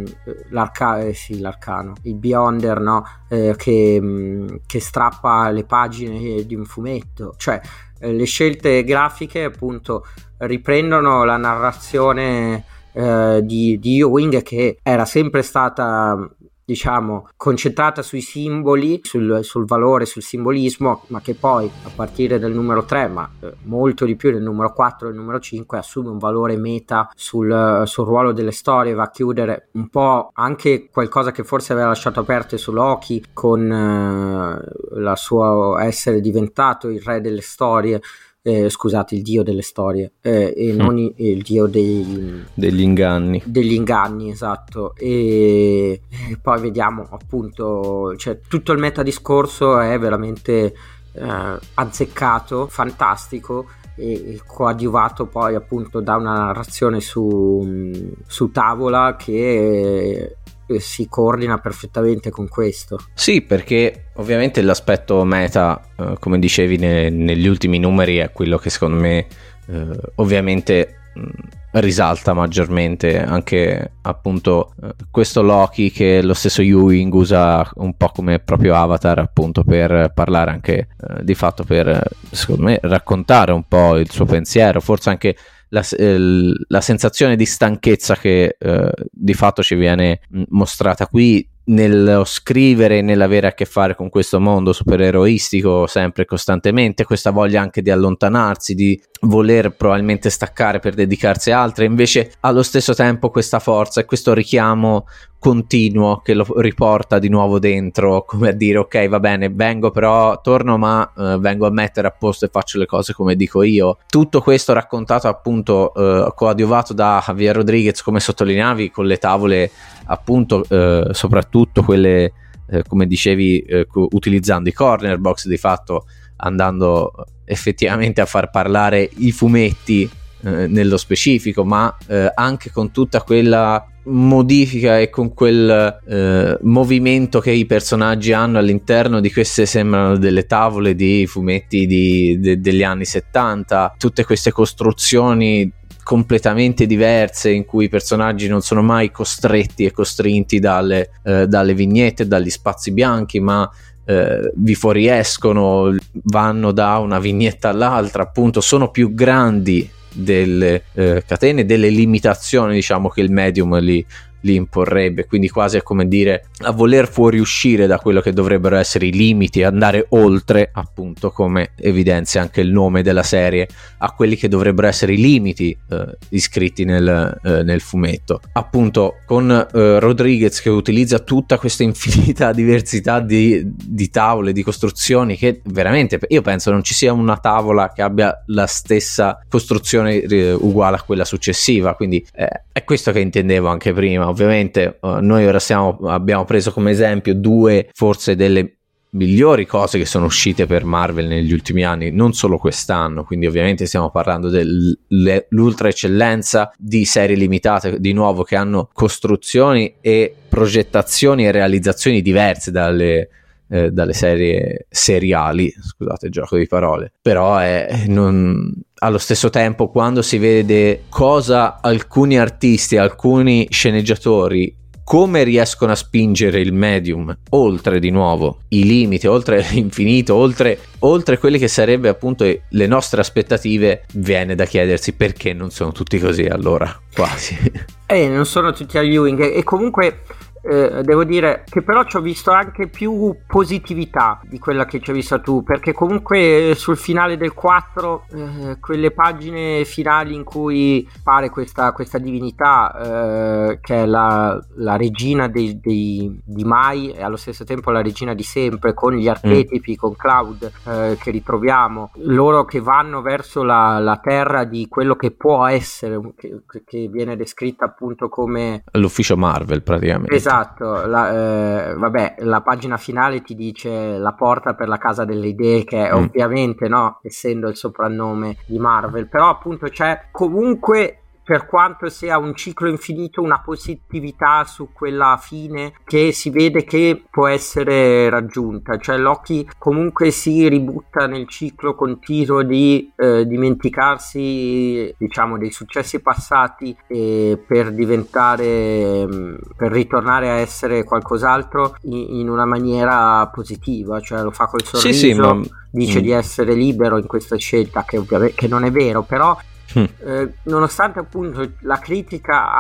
l'arcano, il Beyonder, no? Che strappa le pagine di un fumetto. Cioè le scelte grafiche appunto riprendono la narrazione di Ewing, che era sempre stata, diciamo, concentrata sui simboli, sul valore, sul simbolismo, ma che poi a partire del numero 3, ma molto di più del numero 4 e del numero 5, assume un valore meta sul ruolo delle storie. Va a chiudere un po' anche qualcosa che forse aveva lasciato aperte su Loki, con la sua essere diventato il re delle storie, scusate, il dio delle storie, e non il dio degli inganni, esatto. E poi vediamo appunto, cioè, tutto il metadiscorso è veramente azzeccato, fantastico, e coadiuvato poi appunto da una narrazione su tavola che si coordina perfettamente con questo. Sì, perché ovviamente l'aspetto meta, come dicevi negli ultimi numeri, è quello che secondo me ovviamente risalta maggiormente. Anche appunto questo Loki, che lo stesso Ewing usa un po' come proprio avatar, appunto per parlare anche di fatto, per secondo me raccontare un po' il suo pensiero, forse anche la sensazione di stanchezza che di fatto ci viene mostrata qui nello scrivere, nell'avere a che fare con questo mondo supereroistico sempre e costantemente, questa voglia anche di allontanarsi, di voler probabilmente staccare per dedicarsi a altre, invece allo stesso tempo questa forza e questo richiamo continuo che lo riporta di nuovo dentro, come a dire: ok, va bene, vengo, però torno, ma vengo a mettere a posto e faccio le cose come dico io. Tutto questo raccontato appunto coadiuvato da Javier Rodriguez, come sottolineavi, con le tavole appunto soprattutto quelle come dicevi utilizzando i corner box, di fatto andando effettivamente a far parlare i fumetti nello specifico, ma anche con tutta quella modifica e con quel movimento che i personaggi hanno all'interno di queste, sembrano delle tavole di fumetti degli anni 70, tutte queste costruzioni completamente diverse in cui i personaggi non sono mai costretti e costrinti dalle vignette, dagli spazi bianchi, ma vi fuoriescono, vanno da una vignetta all'altra, appunto sono più grandi delle catene, delle limitazioni, diciamo, che il medium li imporrebbe, quindi quasi è come dire a voler fuoriuscire da quello che dovrebbero essere i limiti e andare oltre, appunto, come evidenzia anche il nome della serie, a quelli che dovrebbero essere i limiti iscritti nel fumetto, appunto, con Rodriguez che utilizza tutta questa infinita diversità di tavole, di costruzioni, che veramente io penso non ci sia una tavola che abbia la stessa costruzione uguale a quella successiva, quindi è questo che intendevo anche prima. Ovviamente noi ora abbiamo preso come esempio due forse delle migliori cose che sono uscite per Marvel negli ultimi anni, non solo quest'anno, quindi ovviamente stiamo parlando dell'ultra eccellenza di serie limitate, di nuovo, che hanno costruzioni e progettazioni e realizzazioni diverse dalle serie seriali, scusate il gioco di parole, però allo stesso tempo, quando si vede cosa alcuni artisti, alcuni sceneggiatori, come riescono a spingere il medium oltre, di nuovo, i limiti, oltre l'infinito, oltre quelli che sarebbe appunto le nostre aspettative, viene da chiedersi perché non sono tutti così, allora, quasi. Non sono tutti a Ewing, e comunque devo dire che però ci ho visto anche più positività di quella che ci hai visto tu, perché comunque sul finale del 4 quelle pagine finali in cui pare questa divinità che è la regina di mai e allo stesso tempo la regina di sempre, con gli archetipi, con Cloud che ritroviamo, loro che vanno verso la terra di quello che può essere, che viene descritta appunto come l'ufficio Marvel praticamente. Esatto, la pagina finale ti dice la porta per la casa delle idee, che è ovviamente, no, essendo il soprannome di Marvel, però appunto c'è comunque, per quanto sia un ciclo infinito, una positività su quella fine che si vede che può essere raggiunta, cioè Loki comunque si ributta nel ciclo continuo di dimenticarsi, diciamo, dei successi passati per ritornare a essere qualcos'altro in una maniera positiva, cioè lo fa col sorriso, dice di essere libero in questa scelta, che ovviamente non è vero, però nonostante appunto la critica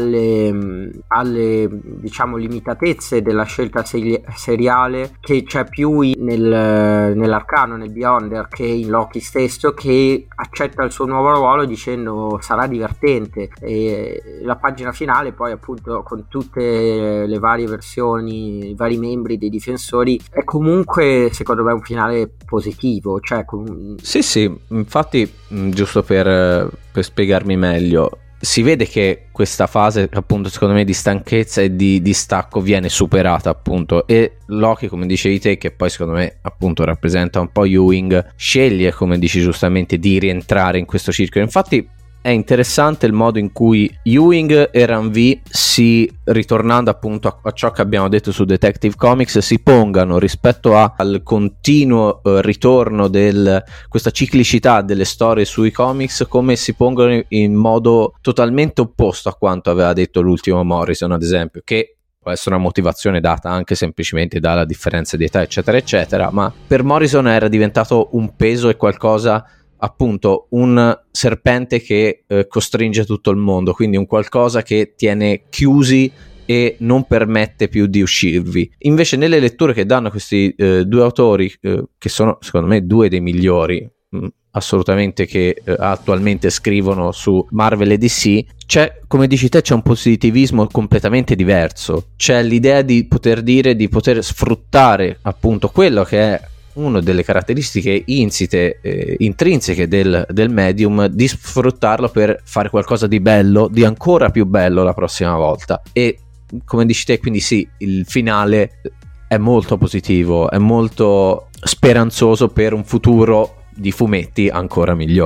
alle diciamo limitatezze della scelta seriale che c'è più nell'Arcano, nel Beyonder, che in Loki stesso, che accetta il suo nuovo ruolo dicendo sarà divertente, e la pagina finale poi appunto con tutte le varie versioni, i vari membri dei difensori, è comunque secondo me un finale positivo, cioè sì, infatti, giusto per spiegarmi meglio, si vede che questa fase appunto secondo me di stanchezza e di distacco viene superata, appunto, e Loki, come dicevi te, che poi secondo me appunto rappresenta un po' Ewing, sceglie, come dici giustamente, di rientrare in questo circolo. Infatti è interessante il modo in cui Ewing e Ranvi, ritornando appunto a ciò che abbiamo detto su Detective Comics, si pongano rispetto al continuo ritorno questa ciclicità delle storie sui comics, come si pongono in modo totalmente opposto a quanto aveva detto l'ultimo Morrison, ad esempio, che può essere una motivazione data anche semplicemente dalla differenza di età, eccetera eccetera, ma per Morrison era diventato un peso e qualcosa, appunto, un serpente che costringe tutto il mondo, quindi un qualcosa che tiene chiusi e non permette più di uscirvi. Invece nelle letture che danno questi due autori, che sono secondo me due dei migliori assolutamente che attualmente scrivono su Marvel e DC, c'è, come dici te, c'è un positivismo completamente diverso, c'è l'idea di poter sfruttare appunto quello che è una delle caratteristiche insite, intrinseche del medium, di sfruttarlo per fare qualcosa di bello, di ancora più bello la prossima volta. E come dici te, quindi sì, il finale è molto positivo, è molto speranzoso per un futuro di fumetti ancora migliore.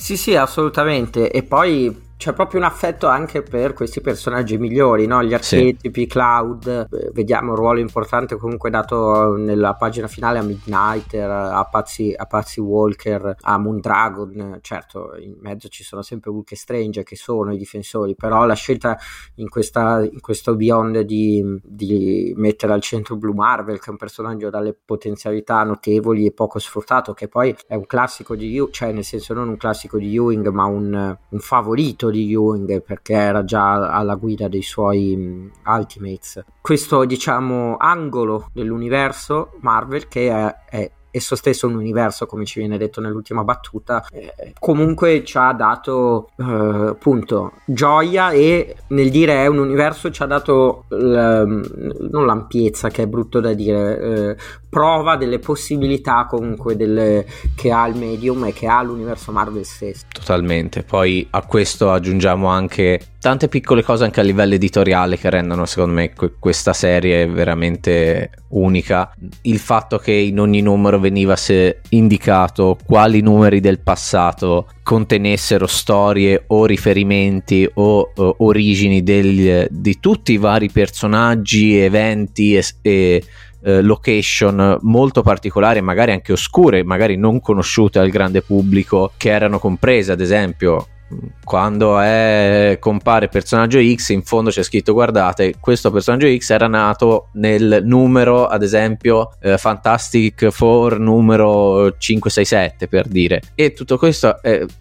Sì, assolutamente. E poi c'è proprio un affetto anche per questi personaggi migliori, no? Gli archetipi, sì. Cloud, vediamo un ruolo importante comunque dato nella pagina finale a Midnighter, a Patsy Walker, a Moondragon. Certo, in mezzo ci sono sempre Hulk e Strange che sono i difensori, però la scelta in questo Beyond di mettere al centro Blue Marvel, che è un personaggio dalle potenzialità notevoli e poco sfruttato, che poi è un classico di Ewing, cioè nel senso non un classico di Ewing ma un favorito di Ewing, perché era già alla guida dei suoi Ultimates. Questo, diciamo, angolo dell'universo Marvel, che è esso stesso un universo, come ci viene detto nell'ultima battuta, comunque ci ha dato appunto gioia, e nel dire è un universo ci ha dato non l'ampiezza, che è brutto da dire, prova delle possibilità comunque che ha il medium e che ha l'universo Marvel stesso. Totalmente. Poi a questo aggiungiamo anche tante piccole cose anche a livello editoriale che rendono secondo me questa serie veramente unica. Il fatto che in ogni numero veniva indicato quali numeri del passato contenessero storie o riferimenti o origini di tutti i vari personaggi, eventi e location molto particolari, magari anche oscure, magari non conosciute al grande pubblico, che erano comprese. Ad esempio, quando compare personaggio X, in fondo c'è scritto: guardate, questo personaggio X era nato nel numero, ad esempio Fantastic Four numero 567, per dire. E tutto questo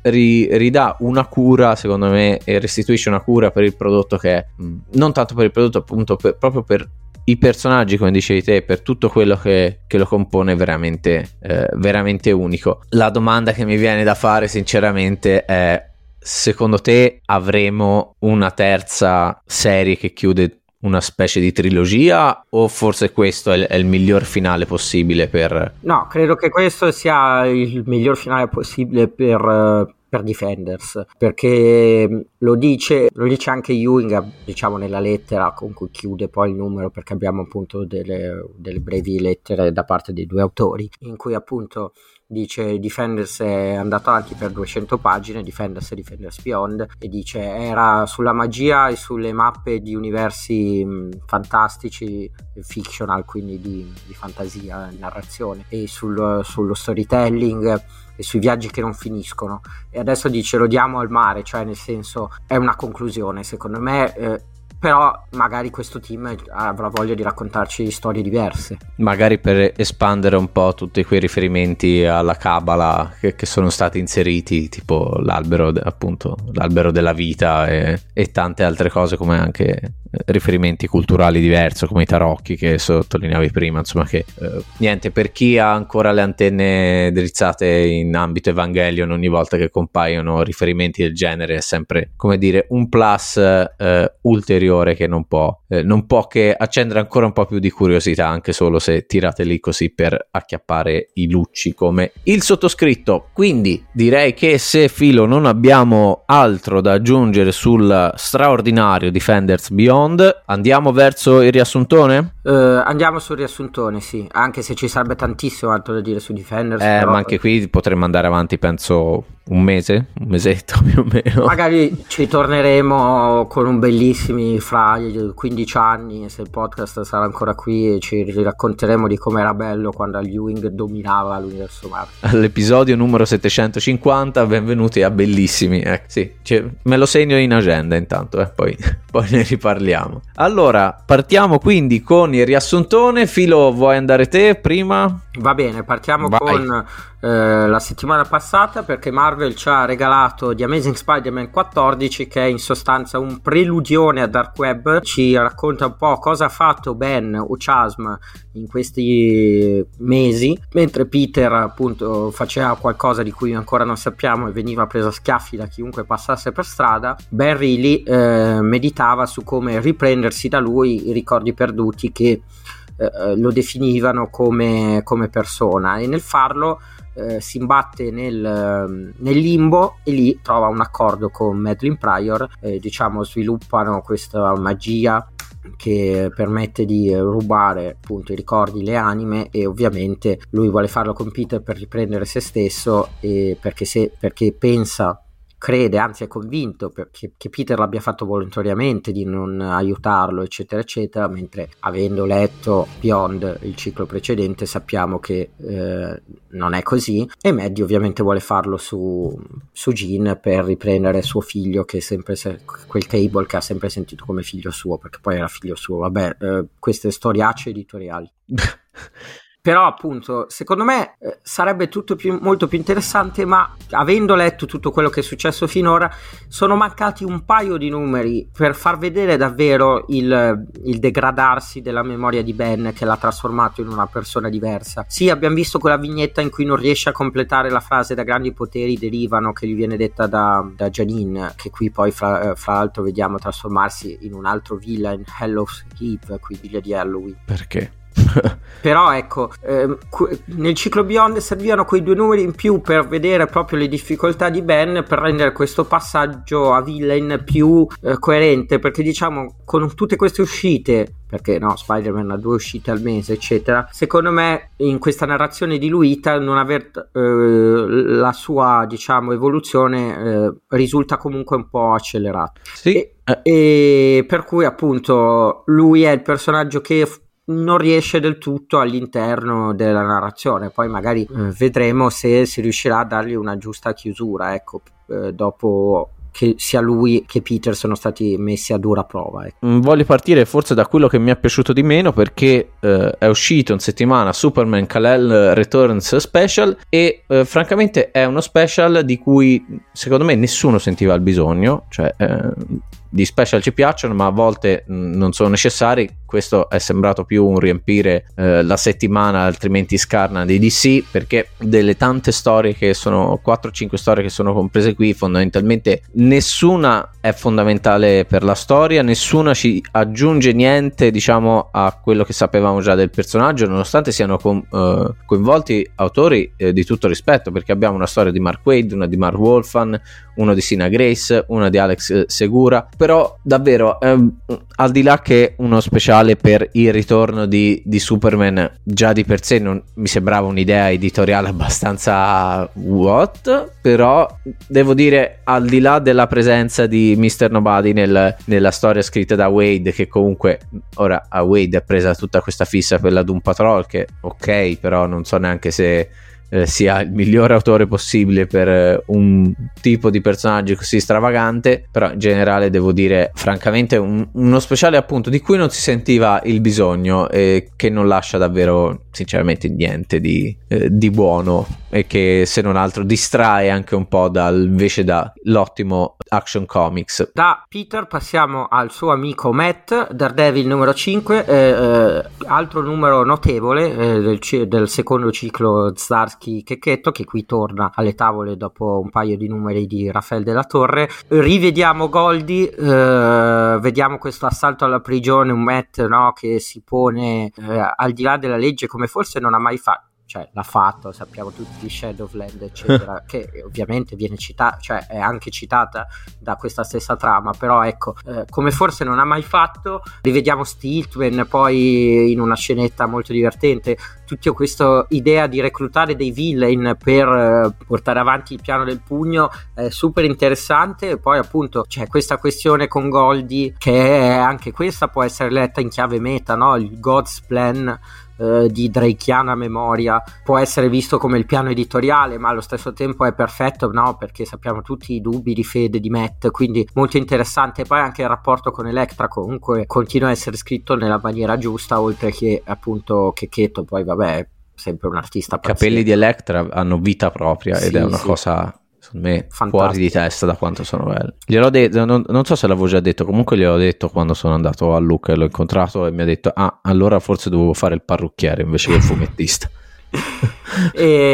ridà una cura, secondo me, e restituisce una cura per il prodotto, che è non tanto per il prodotto, appunto proprio per i personaggi, come dicevi te, per tutto quello che lo compone, veramente veramente unico. La domanda che mi viene da fare sinceramente è: secondo te avremo una terza serie che chiude una specie di trilogia, o forse questo è il miglior finale possibile per... No, credo che questo sia il miglior finale possibile per Defenders, perché lo dice anche Ewing, diciamo, nella lettera con cui chiude poi il numero, perché abbiamo appunto delle brevi lettere da parte dei due autori in cui appunto dice: Defenders è andato avanti per 200 pagine, Defenders Beyond, e dice era sulla magia e sulle mappe di universi fantastici, fictional, quindi di fantasia, narrazione, e sullo storytelling e sui viaggi che non finiscono. E adesso dice: lo diamo al mare, cioè nel senso è una conclusione secondo me, però magari questo team avrà voglia di raccontarci storie diverse, magari per espandere un po' tutti quei riferimenti alla Kabbalah che sono stati inseriti, tipo l'albero della vita e tante altre cose, come anche riferimenti culturali diversi, come i tarocchi che sottolineavi prima. Insomma, che niente, per chi ha ancora le antenne drizzate in ambito Evangelion, ogni volta che compaiono riferimenti del genere è sempre, come dire, un plus ulteriore che non può che accendere ancora un po' più di curiosità, anche solo se tirate lì così per acchiappare i lucci come il sottoscritto. Quindi direi che, se Filo non abbiamo altro da aggiungere sul straordinario Defenders Beyond, andiamo verso il riassuntone? Andiamo sul riassuntone, sì, anche se ci sarebbe tantissimo altro da dire su Defenders, però... ma anche qui potremmo andare avanti, penso un mesetto più o meno. Magari ci torneremo con un bellissimi fra 15 anni, se il podcast sarà ancora qui, e ci racconteremo di come era bello quando Ewing dominava l'universo Marvel. All'episodio numero 750, benvenuti a Bellissimi. Sì, me lo segno in agenda intanto, poi ne riparliamo. Allora, partiamo quindi con il riassuntone. Filo, vuoi andare te prima? Va bene, partiamo con la settimana passata, perché Marvel ci ha regalato The Amazing Spider-Man 14, che è in sostanza un preludione a Dark Web. Ci racconta un po' cosa ha fatto Ben o Chasm in questi mesi, mentre Peter appunto faceva qualcosa di cui ancora non sappiamo e veniva preso a schiaffi da chiunque passasse per strada. Ben Reilly meditava su come riprendersi da lui i ricordi perduti che lo definivano come persona, e nel farlo si imbatte nel limbo, e lì trova un accordo con Madeline Pryor, diciamo sviluppano questa magia che permette di rubare appunto i ricordi, le anime, e ovviamente lui vuole farlo con Peter per riprendere se stesso, e perché crede, anzi è convinto che Peter l'abbia fatto volontariamente di non aiutarlo, eccetera eccetera, mentre avendo letto Beyond, il ciclo precedente, sappiamo che non è così, e Maddie ovviamente vuole farlo su Jean per riprendere suo figlio, che è sempre quel Cable che ha sempre sentito come figlio suo, perché poi era figlio suo. Vabbè, queste storiacce editoriali. Però appunto secondo me sarebbe tutto molto più interessante, ma avendo letto tutto quello che è successo finora sono mancati un paio di numeri per far vedere davvero il degradarsi della memoria di Ben, che l'ha trasformato in una persona diversa. Sì, abbiamo visto quella vignetta in cui non riesce a completare la frase "da grandi poteri derivano", che gli viene detta da Janine, che qui poi fra l'altro vediamo trasformarsi in un altro villain, Hallows Eve, qui figlia di Halloween. Perché? Però ecco, nel ciclo Beyond servivano quei 2 numeri in più per vedere proprio le difficoltà di Ben, per rendere questo passaggio a villain più coerente, perché diciamo con tutte queste uscite, perché no, Spider-Man ha 2 uscite al mese eccetera, secondo me in questa narrazione diluita non aver la sua, diciamo, evoluzione risulta comunque un po' accelerata. Sì. E per cui appunto lui è il personaggio che non riesce del tutto all'interno della narrazione. Poi magari vedremo se si riuscirà a dargli una giusta chiusura, ecco, dopo che sia lui che Peter sono stati messi a dura prova, ecco. Voglio partire forse da quello che mi è piaciuto di meno, perché è uscito in settimana Superman Kal-El Returns Special, e francamente è uno special di cui secondo me nessuno sentiva il bisogno. Cioè di special ci piacciono, ma a volte non sono necessari. Questo è sembrato più un riempire la settimana altrimenti scarna di DC, perché delle tante storie che sono 4-5 storie che sono comprese qui, fondamentalmente nessuna è fondamentale per la storia, nessuna ci aggiunge niente, diciamo, a quello che sapevamo già del personaggio, nonostante siano coinvolti autori di tutto rispetto, perché abbiamo una storia di Mark Waid, una di Mark Wolfman, una di Sina Grace, una di Alex Segura. Però davvero al di là che uno speciale per il ritorno di Superman già di per sé non mi sembrava un'idea editoriale abbastanza what, però devo dire, al di là della presenza di Mr. Nobody nella storia scritta da Wade, che comunque ora a Wade è presa tutta questa fissa per la Doom Patrol, che ok, però non so neanche se sia il migliore autore possibile per un tipo di personaggio così stravagante. Però in generale devo dire francamente uno speciale appunto di cui non si sentiva il bisogno, e che non lascia davvero sinceramente niente di buono, e che se non altro distrae anche un po' invece dall'ottimo Action Comics. Da Peter passiamo al suo amico Matt, Daredevil numero 5, altro numero notevole del secondo ciclo Zdarsky-Checchetto, che qui torna alle tavole dopo un paio di numeri di Rafael della Torre. Rivediamo Goldie, vediamo questo assalto alla prigione, un Matt, no, che si pone al di là della legge, come forse non ha mai fatto. Cioè l'ha fatto, sappiamo tutti di Shadowland eccetera, che ovviamente viene citata, cioè è anche citata da questa stessa trama, però ecco, come forse non ha mai fatto. Rivediamo Stiltman poi in una scenetta molto divertente, tutta questa idea di reclutare dei villain per portare avanti il piano del pugno è super interessante. E poi appunto c'è questa questione con Goldie, che è, anche questa può essere letta in chiave meta, no? Il God's Plan di Drakeana memoria può essere visto come il piano editoriale, ma allo stesso tempo è perfetto, no? Perché sappiamo tutti i dubbi di fede di Matt, quindi molto interessante. Poi anche il rapporto con Elektra comunque continua a essere scritto nella maniera giusta, oltre che appunto Checchetto poi vabbè è sempre un artista pazzesco. I capelli di Elektra hanno vita propria, ed è una cosa secondo me fuori di testa da quanto sono belli. Gliel'ho detto, non so se l'avevo già detto, comunque gliel'ho detto quando sono andato a Luca e l'ho incontrato, e mi ha detto allora forse dovevo fare il parrucchiere invece che il fumettista. E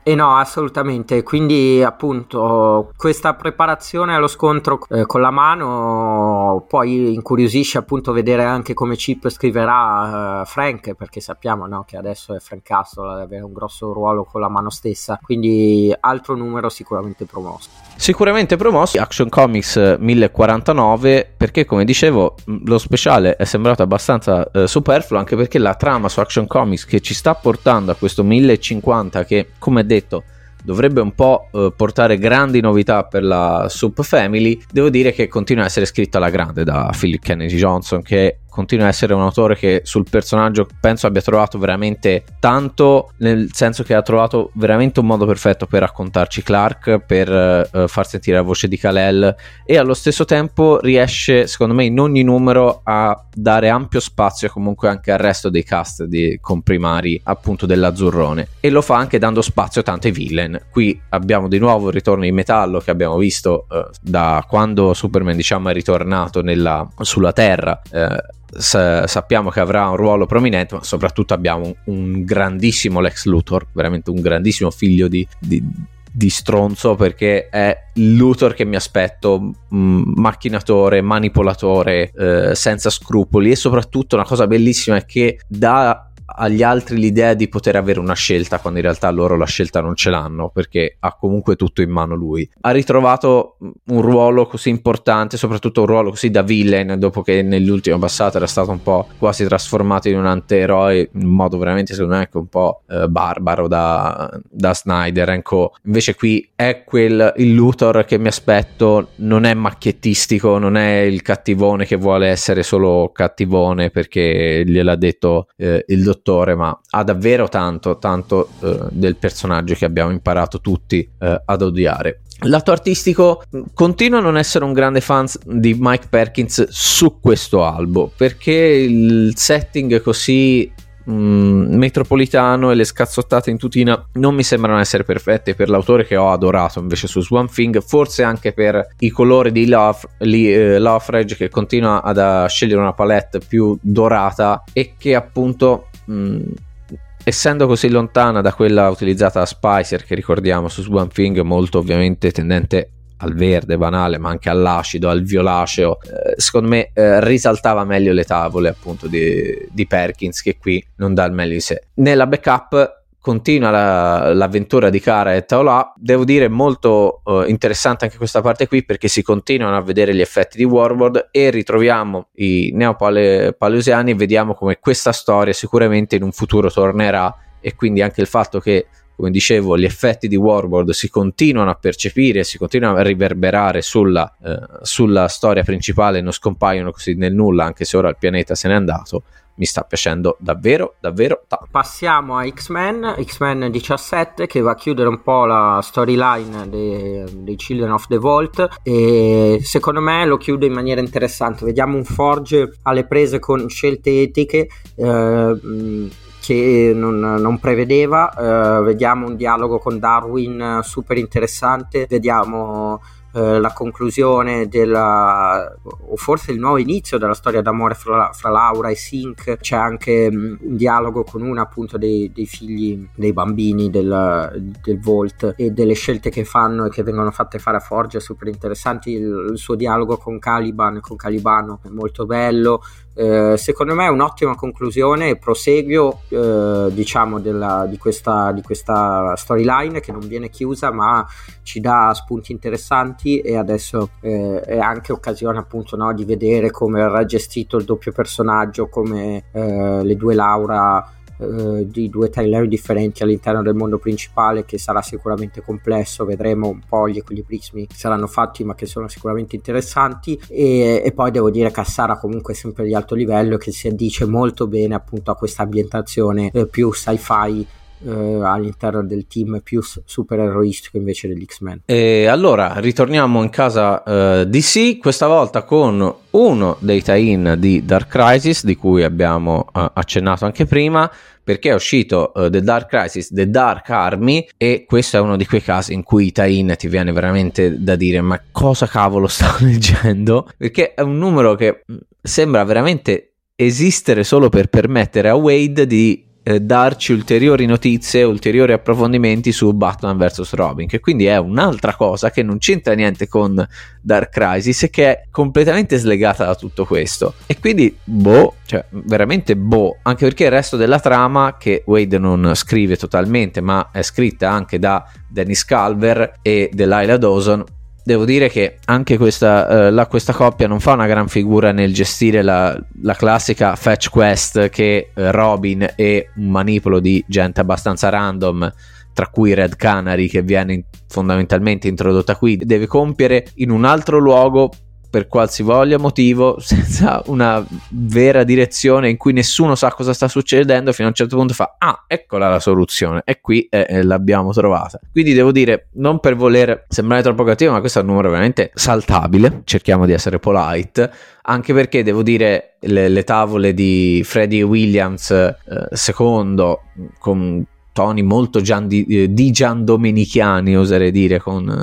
E no, assolutamente, quindi appunto questa preparazione allo scontro con la mano poi incuriosisce appunto vedere anche come Chip scriverà Frank, perché sappiamo, no, che adesso è Frank Castle ad avere un grosso ruolo con la mano stessa, quindi altro numero sicuramente promosso. Sicuramente promosso. Action Comics 1049, perché come dicevo lo speciale è sembrato abbastanza superfluo, anche perché la trama su Action Comics che ci sta portando a questo 1050 che, come detto, dovrebbe un po' portare grandi novità per la Sup Family, devo dire che continua a essere scritto alla grande da Philip Kennedy Johnson, che continua a essere un autore che sul personaggio penso abbia trovato veramente tanto, nel senso che ha trovato veramente un modo perfetto per raccontarci Clark, per far sentire la voce di Kal-El, e allo stesso tempo riesce secondo me in ogni numero a dare ampio spazio comunque anche al resto dei cast di comprimari appunto dell'Azzurrone, e lo fa anche dando spazio a tante villain. Qui abbiamo di nuovo il ritorno di Metallo che abbiamo visto da quando Superman diciamo è ritornato sulla Terra. Sappiamo che avrà un ruolo prominente, ma soprattutto abbiamo un grandissimo Lex Luthor, veramente un grandissimo figlio di stronzo, perché è il Luthor che mi aspetto, macchinatore, manipolatore, senza scrupoli, e soprattutto una cosa bellissima è che dà agli altri l'idea di poter avere una scelta quando in realtà loro la scelta non ce l'hanno, perché ha comunque tutto in mano lui. Ha ritrovato un ruolo così importante, soprattutto un ruolo così da villain, dopo che nell'ultimo passato era stato un po' quasi trasformato in un antieroe in modo veramente secondo me anche un po' barbaro da Snyder. Ecco, invece qui è il Luthor che mi aspetto, non è macchiettistico, non è il cattivone che vuole essere solo cattivone perché gliel'ha detto il dottore, ma ha davvero tanto del personaggio che abbiamo imparato tutti ad odiare. Lato artistico, continuo a non essere un grande fan di Mike Perkins su questo albo, perché il setting così metropolitano e le scazzottate in tutina non mi sembrano essere perfette per l'autore che ho adorato invece su Swamp Thing, forse anche per i colori di Lothridge, che continua a scegliere una palette più dorata e che appunto essendo così lontana da quella utilizzata da Spicer, che ricordiamo su Swamp Thing, molto ovviamente tendente al verde banale ma anche all'acido, al violaceo, secondo me risaltava meglio le tavole appunto di Perkins, che qui non dà il meglio di sé. Nella backup continua l'avventura di Kara e Taola, devo dire molto interessante anche questa parte qui, perché si continuano a vedere gli effetti di Warworld e ritroviamo i neopaleusiani e vediamo come questa storia sicuramente in un futuro tornerà, e quindi anche il fatto che, come dicevo, gli effetti di Warworld si continuano a percepire, si continuano a riverberare sulla storia principale e non scompaiono così nel nulla, anche se ora il pianeta se n'è andato, mi sta piacendo davvero tanto. Passiamo a X-Men 17, che va a chiudere un po' la storyline dei Children of the Vault, e secondo me lo chiude in maniera interessante. Vediamo un Forge alle prese con scelte etiche che non prevedeva, vediamo un dialogo con Darwin super interessante, vediamo la conclusione o forse il nuovo inizio della storia d'amore fra Laura e Synch. C'è anche un dialogo con una appunto dei figli, dei bambini del Vault, e delle scelte che fanno e che vengono fatte fare a Forge super interessanti. Il suo dialogo con Calibano è molto bello. Secondo me è un'ottima conclusione e proseguio diciamo di questa storyline, che non viene chiusa ma ci dà spunti interessanti, e adesso è anche occasione appunto, no, di vedere come verrà gestito il doppio personaggio, come le due Laura di due timeline differenti all'interno del mondo principale, che sarà sicuramente complesso. Vedremo un po' gli equilibrismi che saranno fatti, ma che sono sicuramente interessanti, e poi devo dire che Assara comunque è sempre di alto livello, che si addice molto bene appunto a questa ambientazione più sci-fi all'interno del team più supereroistico invece degli X-Men. E allora ritorniamo in casa DC, questa volta con uno dei tie-in di Dark Crisis, di cui abbiamo accennato anche prima, perché è uscito The Dark Crisis, The Dark Army, e questo è uno di quei casi in cui i tie-in ti viene veramente da dire ma cosa cavolo sto leggendo, perché è un numero che sembra veramente esistere solo per permettere a Wade di darci ulteriori notizie, ulteriori approfondimenti su Batman vs Robin, che quindi è un'altra cosa che non c'entra niente con Dark Crisis e che è completamente slegata da tutto questo. E quindi veramente anche perché il resto della trama, che Waid non scrive totalmente ma è scritta anche da Dennis Calver e Delilah Dawson, devo dire che anche questa coppia non fa una gran figura nel gestire la classica fetch quest che Robin e un manipolo di gente abbastanza random, tra cui Red Canary, che viene fondamentalmente introdotta qui, deve compiere in un altro luogo per qualsivoglia motivo, senza una vera direzione, in cui nessuno sa cosa sta succedendo, fino a un certo punto eccola la soluzione, e qui l'abbiamo trovata. Quindi devo dire, non per voler sembrare troppo cattivo, ma questo è un numero veramente saltabile, cerchiamo di essere polite, anche perché devo dire le tavole di Freddie Williams secondo, con toni molto giandomenichiani, oserei dire,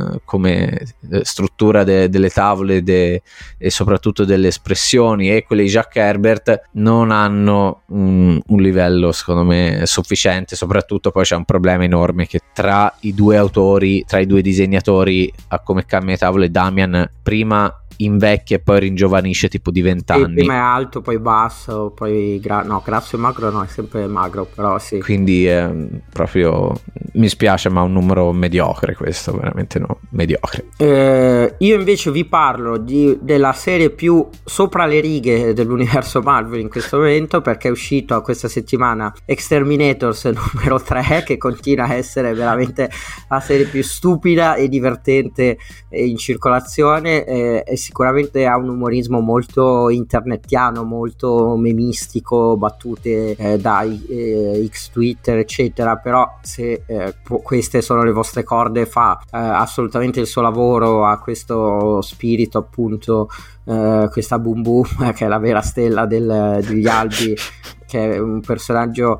come struttura delle tavole e soprattutto delle espressioni, e quelle di Jack Herbert non hanno un livello secondo me sufficiente. Soprattutto poi c'è un problema enorme che tra i due autori, tra i due disegnatori a Come Cambia le Tavole, Damian prima invecchia e poi ringiovanisce tipo di 20 anni. Prima è alto, poi basso, poi grasso e magro, no, è sempre magro, però sì. Quindi proprio mi spiace, ma un numero mediocre questo, veramente mediocre. Io invece vi parlo della serie più sopra le righe dell'universo Marvel in questo momento, perché è uscito questa settimana Exterminators numero 3, che continua a essere veramente la serie più stupida e divertente in circolazione, e sicuramente ha un umorismo molto internetiano, molto memistico, battute da X Twitter eccetera, però se queste sono le vostre corde, fa assolutamente il suo lavoro, ha questo spirito appunto, questa Boom Boom che è la vera stella degli albi, che è un personaggio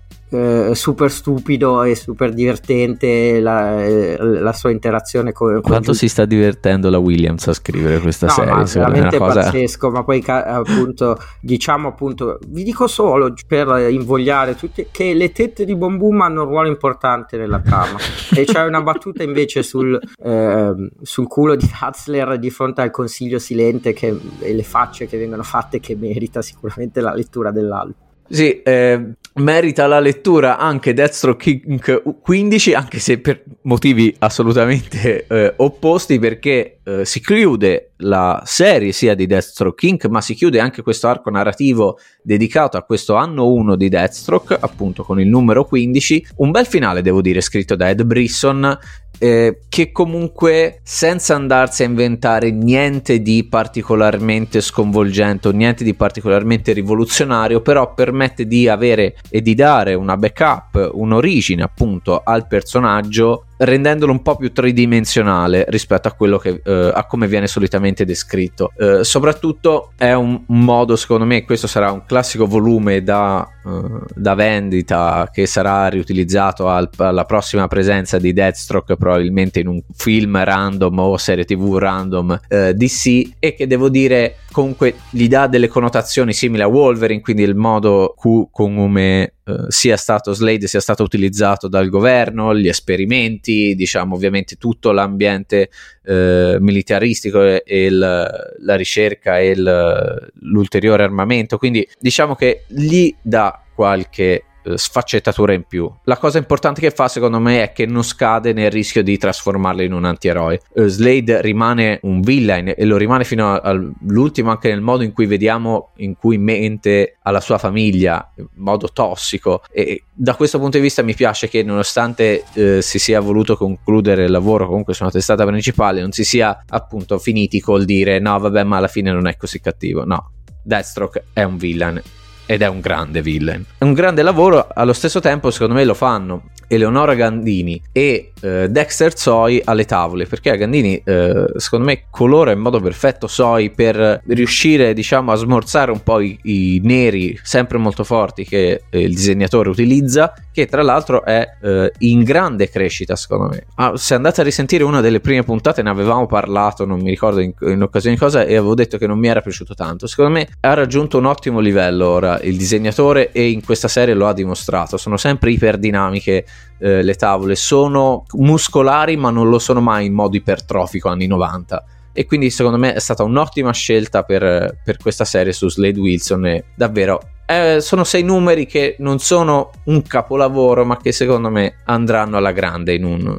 super stupido e super divertente, la sua interazione con quanto si sta divertendo la Williams a scrivere questa serie, ma veramente è una cosa pazzesco. Ma poi appunto vi dico solo per invogliare tutti che le tette di Boom Boom hanno un ruolo importante nella trama e c'è una battuta invece sul culo di Hatzler di fronte al Consiglio Silente, e le facce che vengono fatte, che merita sicuramente la lettura dell'album. Sì, merita la lettura anche Deathstroke Inc. 15, anche se per motivi assolutamente opposti, perché si chiude la serie sia di Deathstroke Inc., ma si chiude anche questo arco narrativo dedicato a questo anno 1 di Deathstroke, appunto con il numero 15, un bel finale devo dire, scritto da Ed Brisson, che comunque, senza andarsi a inventare niente di particolarmente sconvolgente o niente di particolarmente rivoluzionario, però permette di avere e di dare una backup, un'origine appunto al personaggio, rendendolo un po' più tridimensionale rispetto a quello che a come viene solitamente descritto. Soprattutto è un modo, secondo me, questo sarà un classico volume da vendita che sarà riutilizzato alla prossima presenza di Deathstroke, probabilmente in un film random o serie TV random DC, e che devo dire comunque gli dà delle connotazioni simili a Wolverine, quindi il modo come sia stato Slade sia stato utilizzato dal governo, gli esperimenti, diciamo ovviamente tutto l'ambiente militaristico e la ricerca e l'ulteriore armamento, quindi diciamo che gli dà qualche sfaccettatura in più. La cosa importante che fa, secondo me, è che non scade nel rischio di trasformarlo in un antieroe. Slade rimane un villain e lo rimane fino all'ultimo, anche nel modo in cui vediamo, in cui mente alla sua famiglia in modo tossico, e da questo punto di vista mi piace che, nonostante si sia voluto concludere il lavoro comunque su una testata principale, non si sia appunto finiti col dire no vabbè, ma alla fine non è così cattivo. No, Deathstroke è un villain ed è un grande villain, è un grande lavoro. Allo stesso tempo secondo me lo fanno Eleonora Gandini e Dexter Soy alle tavole, perché a Gandini secondo me colora in modo perfetto Soy per riuscire, diciamo, a smorzare un po' i neri sempre molto forti che il disegnatore utilizza, che tra l'altro è in grande crescita secondo me. Se andate a risentire una delle prime puntate ne avevamo parlato, non mi ricordo in occasione di cosa, e avevo detto che non mi era piaciuto tanto. Secondo me ha raggiunto un ottimo livello ora il disegnatore, e in questa serie lo ha dimostrato. Sono sempre iperdinamiche le tavole, sono muscolari ma non lo sono mai in modo ipertrofico anni 90, e quindi secondo me è stata un'ottima scelta per questa serie su Slade Wilson, e davvero sono 6 numeri che non sono un capolavoro, ma che secondo me andranno alla grande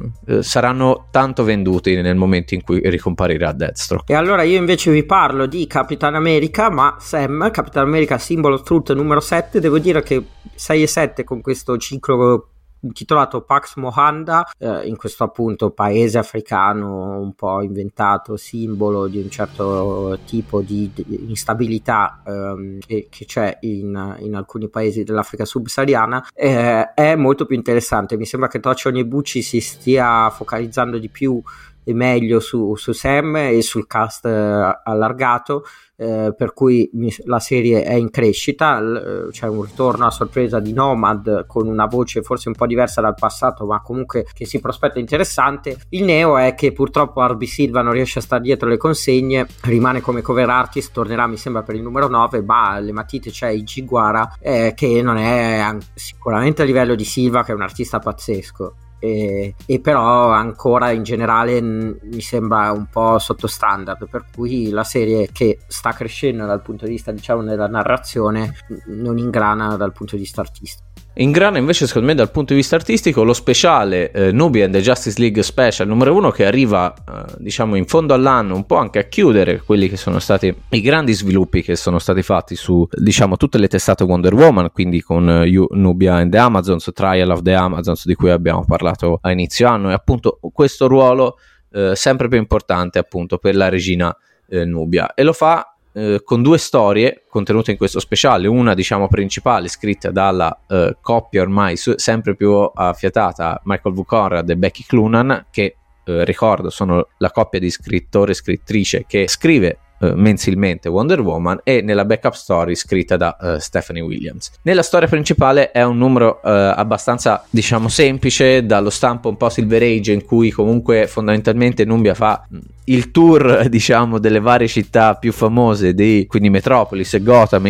saranno tanto venduti nel momento in cui ricomparirà Deathstroke. E allora io invece vi parlo di Capitan America, ma Sam, Capitan America Symbol of Truth numero 7. Devo dire che 6 e 7 con questo ciclo intitolato Pax Mohanda, in questo appunto paese africano un po' inventato, simbolo di un certo tipo di instabilità che c'è in alcuni paesi dell'Africa subsahariana, è molto più interessante. Mi sembra che Tochi Onyebuchi si stia focalizzando di più e meglio su Sam e sul cast allargato, per cui la serie è in crescita. C'è un ritorno a sorpresa di Nomad con una voce forse un po' diversa dal passato, ma comunque che si prospetta interessante. Il neo è che purtroppo Arby Silva non riesce a stare dietro le consegne, rimane come cover artist, tornerà mi sembra per il numero 9, ma alle matite c'è Igi Guara, che non è sicuramente a livello di Silva, che è un artista pazzesco. E però ancora in generale mi sembra un po' sottostandard, per cui la serie, che sta crescendo dal punto di vista, diciamo, della narrazione, non ingrana dal punto di vista artistico. Ingrana invece secondo me dal punto di vista artistico lo speciale Nubia and the Justice League Special numero 1, che arriva diciamo in fondo all'anno, un po' anche a chiudere quelli che sono stati i grandi sviluppi che sono stati fatti su, diciamo, tutte le testate Wonder Woman, quindi con Nubia and the Amazons, Trial of the Amazons, di cui abbiamo parlato a inizio anno, e appunto questo ruolo sempre più importante appunto per la regina Nubia, e lo fa con 2 storie contenute in questo speciale, una diciamo principale scritta dalla coppia ormai sempre più affiatata, Michael V. Conrad e Becky Cloonan, che ricordo sono la coppia di scrittore e scrittrice che scrive mensilmente Wonder Woman, e nella backup story scritta da Stephanie Williams. Nella storia principale è un numero abbastanza, diciamo, semplice, dallo stampo un po' Silver Age, in cui comunque fondamentalmente Nubia fa il tour, diciamo, delle varie città più famose, quindi Metropolis e Gotham,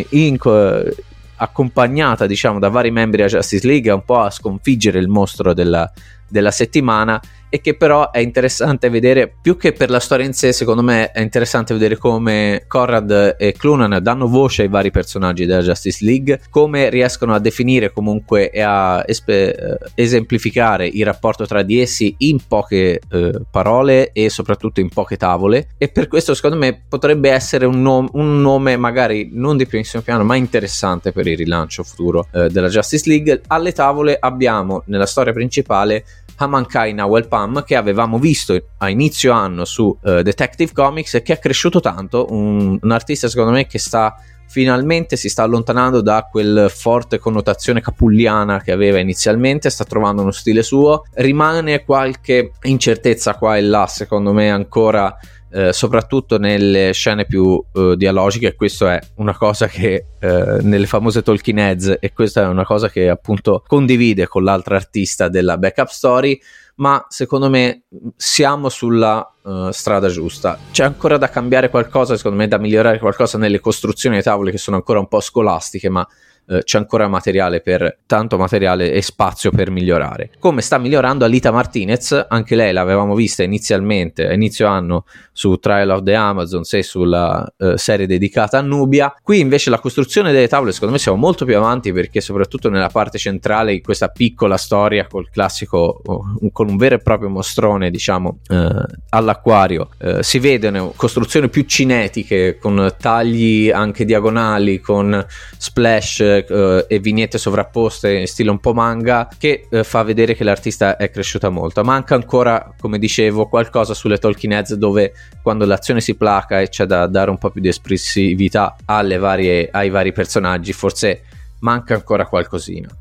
accompagnata, diciamo, da vari membri della Justice League, un po' a sconfiggere il mostro della settimana, e che però è interessante vedere, più che per la storia in sé, secondo me è interessante vedere come Conrad e Cloonan danno voce ai vari personaggi della Justice League, come riescono a definire comunque e a esemplificare il rapporto tra di essi in poche parole e soprattutto in poche tavole, e per questo secondo me potrebbe essere un nome magari non di primissimo piano ma interessante per il rilancio futuro della Justice League. Alle tavole abbiamo nella storia principale Hamankai Nawel Pam, che avevamo visto a inizio anno su Detective Comics, e che è cresciuto tanto, un artista secondo me che finalmente si sta allontanando da quel forte connotazione capulliana che aveva inizialmente, sta trovando uno stile suo. Rimane qualche incertezza qua e là secondo me ancora, soprattutto nelle scene più dialogiche, e questo è una cosa che nelle famose Talking Heads, e questa è una cosa che appunto condivide con l'altra artista della backup story, ma secondo me siamo sulla strada giusta. C'è ancora da cambiare qualcosa, secondo me, da migliorare qualcosa nelle costruzioni dei tavoli, che sono ancora un po' scolastiche, ma c'è ancora tanto materiale e spazio per migliorare. Come sta migliorando Alita Martinez, anche lei l'avevamo vista inizialmente a inizio anno su Trial of the Amazons e sulla serie dedicata a Nubia. Qui invece la costruzione delle tavole, secondo me siamo molto più avanti, perché soprattutto nella parte centrale di questa piccola storia col classico, con un vero e proprio mostrone, diciamo, all'acquario, si vedono costruzioni più cinetiche, con tagli anche diagonali, con splash e vignette sovrapposte in stile un po' manga, che fa vedere che l'artista è cresciuta molto. Manca ancora, come dicevo, qualcosa sulle Talking Heads, dove quando l'azione si placa e c'è da dare un po' più di espressività ai vari personaggi, forse manca ancora qualcosina.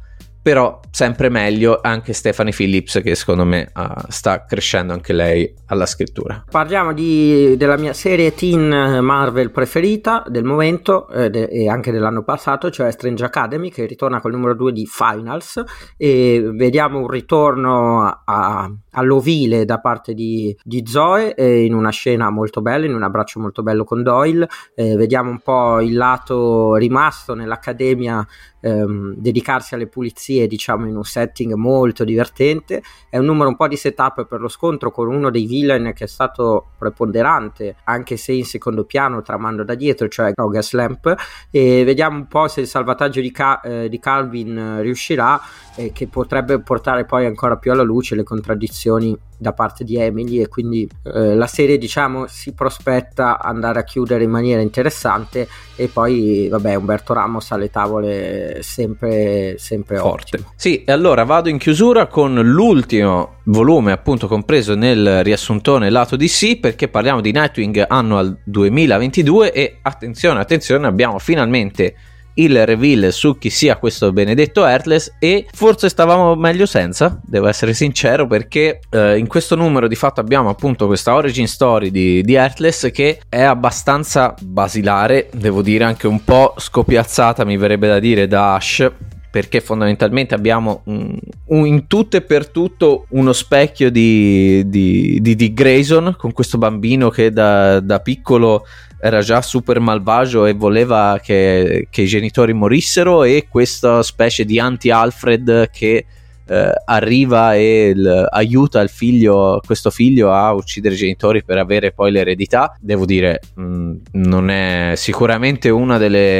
però sempre meglio anche Stephanie Phillips, che secondo me sta crescendo anche lei alla scrittura. Parliamo della mia serie teen Marvel preferita del momento e anche dell'anno passato, cioè Strange Academy, che ritorna col numero 2 di Finals, e vediamo un ritorno all'ovile da parte di Zoe in una scena molto bella, in un abbraccio molto bello con Doyle. Vediamo un po' il lato rimasto nell'accademia, dedicarsi alle pulizie, diciamo, in un setting molto divertente. È un numero un po' di setup per lo scontro con uno dei villain che è stato preponderante, anche se in secondo piano, tramando da dietro, cioè August Lamp, e vediamo un po' se il salvataggio di Calvin riuscirà, che potrebbe portare poi ancora più alla luce le contraddizioni da parte di Emily, e quindi la serie, diciamo, si prospetta andare a chiudere in maniera interessante. E poi vabbè, Umberto Ramos alle tavole sempre forte. Ottimo. Sì, e allora vado in chiusura con l'ultimo volume, appunto, compreso nel riassuntone lato DC, perché parliamo di Nightwing Annual 2022 e attenzione, abbiamo finalmente il reveal su chi sia questo benedetto Heartless, e forse stavamo meglio senza, devo essere sincero, perché in questo numero di fatto abbiamo appunto questa origin story di Heartless, che è abbastanza basilare, devo dire anche un po' scopiazzata, mi verrebbe da dire, da Ash, perché fondamentalmente abbiamo in tutto e per tutto uno specchio di Dick Grayson, con questo bambino che da piccolo era già super malvagio e voleva che i genitori morissero, e questa specie di anti-Alfred che arriva e aiuta questo figlio a uccidere i genitori per avere poi l'eredità. Devo dire, non è sicuramente una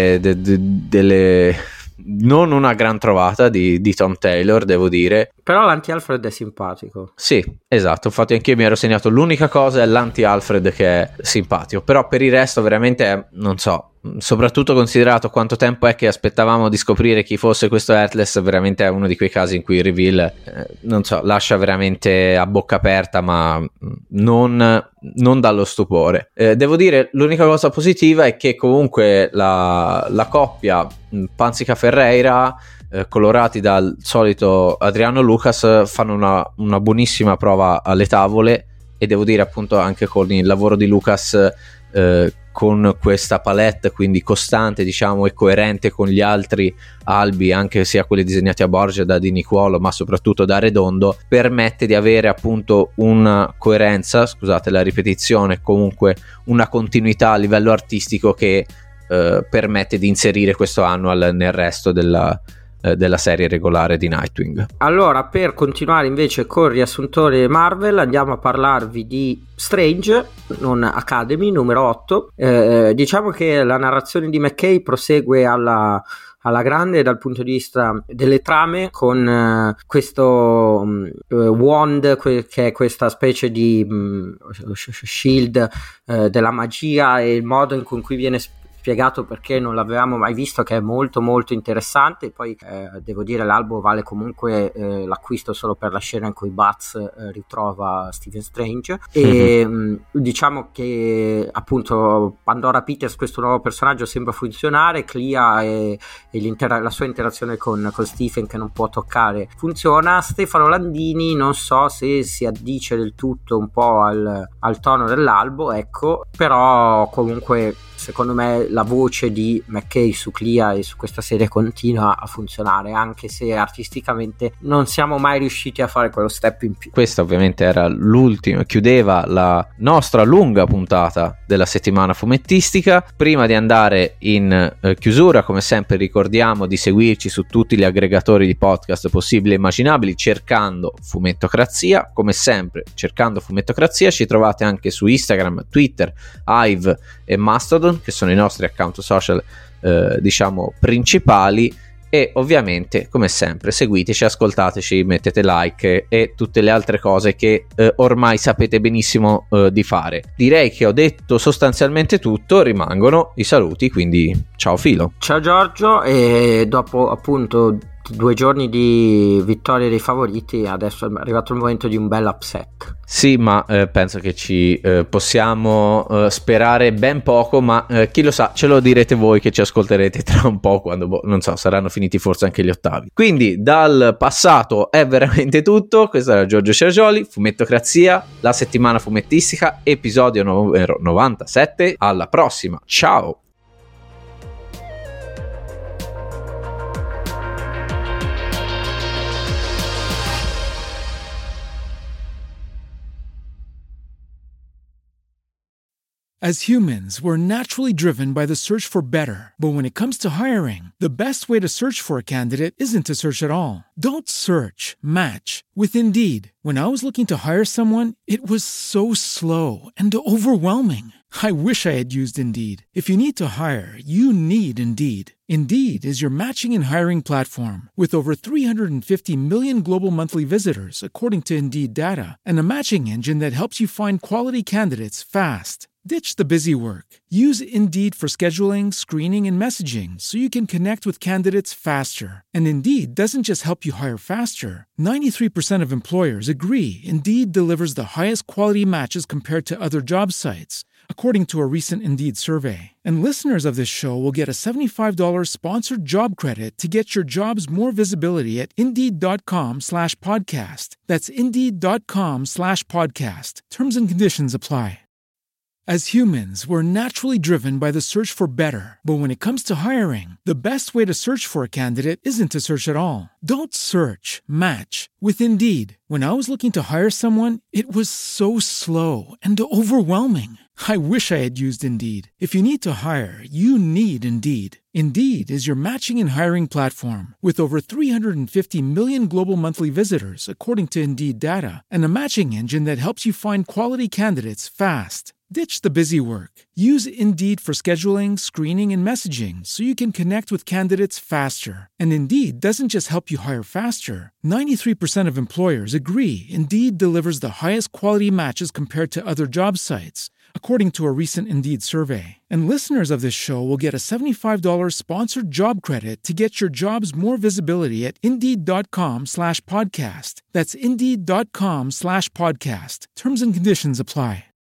delle non una gran trovata di Tom Taylor, devo dire. Però l'anti-Alfred è simpatico. Sì, esatto, infatti anche io mi ero segnato, l'unica cosa è l'anti-Alfred che è simpatico, però per il resto veramente non so, soprattutto considerato quanto tempo è che aspettavamo di scoprire chi fosse questo Heartless, veramente è uno di quei casi in cui il reveal non so, lascia veramente a bocca aperta, ma non dallo stupore. Devo dire, l'unica cosa positiva è che comunque la coppia Panzica Ferreira, colorati dal solito Adriano Lucas, fanno una buonissima prova alle tavole, e devo dire appunto anche con il lavoro di Lucas, con questa palette quindi costante, diciamo, e coerente con gli altri albi, anche sia quelli disegnati a Borgia da Di Nicuolo, ma soprattutto da Redondo, permette di avere appunto una coerenza, scusate la ripetizione, comunque una continuità a livello artistico che permette di inserire questo annual nel resto della serie regolare di Nightwing. Allora, per continuare invece con il riassuntore Marvel, andiamo a parlarvi di Strange, non Academy, numero 8. Diciamo che la narrazione di McKay prosegue alla grande dal punto di vista delle trame, con questo wand, che è questa specie di shield della magia, e il modo in cui viene spiegato, perché non l'avevamo mai visto, che è molto molto interessante. Poi devo dire, l'albo vale comunque l'acquisto solo per la scena in cui Buzz ritrova Stephen Strange. E diciamo che appunto Pandora Peters, questo nuovo personaggio, sembra funzionare. Clea e la sua interazione con Stephen, che non può toccare, funziona. Stefano Landini non so se si addice del tutto un po' al tono dell'albo, ecco, però comunque secondo me la voce di McKay su Clea e su questa serie continua a funzionare, anche se artisticamente non siamo mai riusciti a fare quello step in più. Questa ovviamente era l'ultima, chiudeva la nostra lunga puntata della settimana fumettistica. Prima di andare in chiusura, come sempre ricordiamo di seguirci su tutti gli aggregatori di podcast possibili e immaginabili, cercando Fumettocrazia. Come sempre, cercando Fumettocrazia ci trovate anche su Instagram, Twitter, Hive e Mastodon, che sono i nostri account social diciamo principali, e ovviamente come sempre seguiteci, ascoltateci, mettete like e tutte le altre cose che ormai sapete benissimo di fare. Direi che ho detto sostanzialmente tutto, rimangono i saluti, quindi ciao Filo. Ciao Giorgio, e dopo appunto 2 giorni di vittoria dei favoriti, adesso è arrivato il momento di un bel upset. Sì, ma penso che ci possiamo sperare ben poco, ma chi lo sa, ce lo direte voi che ci ascolterete tra un po', quando non so, saranno finiti forse anche gli ottavi. Quindi dal passato è veramente tutto. Questo era Giorgio Cergioli, Fumettocrazia, la settimana fumettistica, episodio numero 97. Alla prossima, ciao! As humans, we're naturally driven by the search for better. But when it comes to hiring, the best way to search for a candidate isn't to search at all. Don't search, match with Indeed. When I was looking to hire someone, it was so slow and overwhelming. I wish I had used Indeed. If you need to hire, you need Indeed. Indeed is your matching and hiring platform with over 350 million global monthly visitors, according to Indeed data, and a matching engine that helps you find quality candidates fast. Ditch the busy work. Use Indeed for scheduling, screening, and messaging so you can connect with candidates faster. And Indeed doesn't just help you hire faster. 93% of employers agree Indeed delivers the highest quality matches compared to other job sites, according to a recent Indeed survey. And listeners of this show will get a $75 sponsored job credit to get your jobs more visibility at Indeed.com/podcast. That's Indeed.com/podcast. Terms and conditions apply. As humans, we're naturally driven by the search for better. But when it comes to hiring, the best way to search for a candidate isn't to search at all. Don't search, match with Indeed. When I was looking to hire someone, it was so slow and overwhelming. I wish I had used Indeed. If you need to hire, you need Indeed. Indeed is your matching and hiring platform with over 350 million global monthly visitors, according to Indeed data, and a matching engine that helps you find quality candidates fast. Ditch the busy work. Use Indeed for scheduling, screening, and messaging so you can connect with candidates faster. And Indeed doesn't just help you hire faster. 93% of employers agree Indeed delivers the highest quality matches compared to other job sites, according to a recent Indeed survey. And listeners of this show will get a $75 sponsored job credit to get your jobs more visibility at Indeed.com/podcast. That's Indeed.com/podcast. Terms and conditions apply.